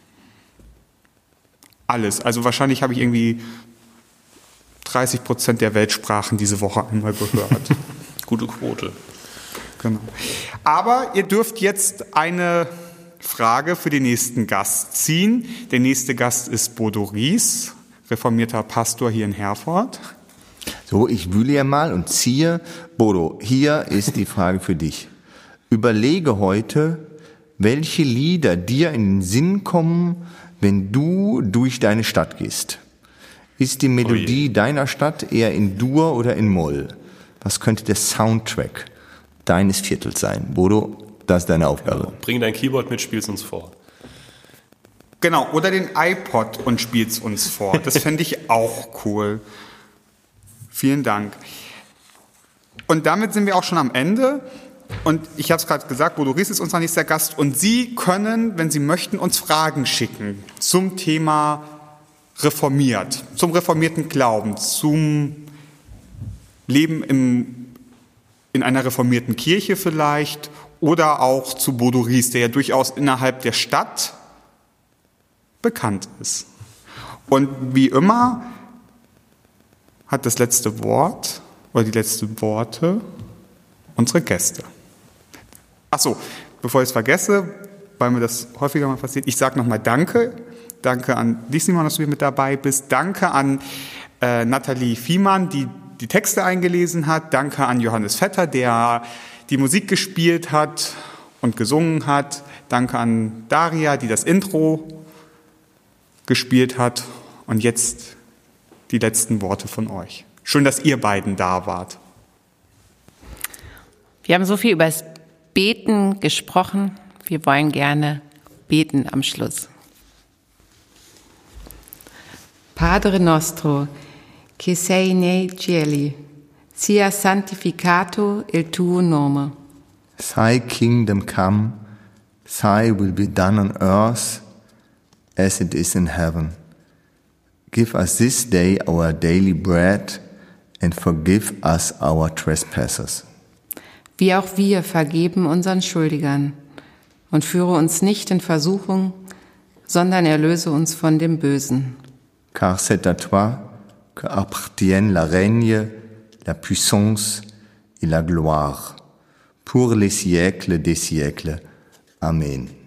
alles. Also wahrscheinlich habe ich irgendwie dreißig Prozent der Weltsprachen diese Woche einmal gehört. Gute Quote. Genau. Aber ihr dürft jetzt eine Frage für den nächsten Gast ziehen. Der nächste Gast ist Bodo Ries, reformierter Pastor hier in Herford. So, ich wühle ja mal und ziehe. Bodo, hier ist die Frage für dich. Überlege heute, welche Lieder dir in den Sinn kommen, wenn du durch deine Stadt gehst. Ist die Melodie Ui. deiner Stadt eher in Dur oder in Moll? Was könnte der Soundtrack deines Viertels sein? Bodo, das ist deine Aufgabe. Genau. Bring dein Keyboard mit, spiel's uns vor. Genau, oder den iPod und spiel's uns vor. Das fände ich auch cool. Vielen Dank. Und damit sind wir auch schon am Ende. Und ich habe es gerade gesagt, Bodo Ries ist unser nächster Gast. Und Sie können, wenn Sie möchten, uns Fragen schicken zum Thema reformiert, zum reformierten Glauben, zum Leben im, in einer reformierten Kirche vielleicht oder auch zu Bodo Ries, der ja durchaus innerhalb der Stadt bekannt ist. Und wie immer hat das letzte Wort oder die letzten Worte unsere Gäste. Ach so, bevor ich es vergesse, weil mir das häufiger mal passiert, ich sage nochmal Danke. Danke an dich, Simon, dass du hier mit dabei bist. Danke an äh, Nathalie Viehmann, die die Texte eingelesen hat. Danke an Johannes Vetter, der die Musik gespielt hat und gesungen hat. Danke an Daria, die das Intro gespielt hat. Und jetzt die letzten Worte von euch. Schön, dass ihr beiden da wart. Wir haben so viel über das Beten gesprochen. Wir wollen gerne beten am Schluss. Padre nostro, che sei nei cieli, sia santificato il tuo nome. Thy kingdom come, thy will be done on earth as it is in heaven. Give us this day our daily bread and forgive us our trespasses. Wie auch wir vergeben unseren Schuldigern und führe uns nicht in Versuchung, sondern erlöse uns von dem Bösen. Car c'est à toi que appartiennent la règne, la puissance et la gloire, pour les siècles des siècles. Amen.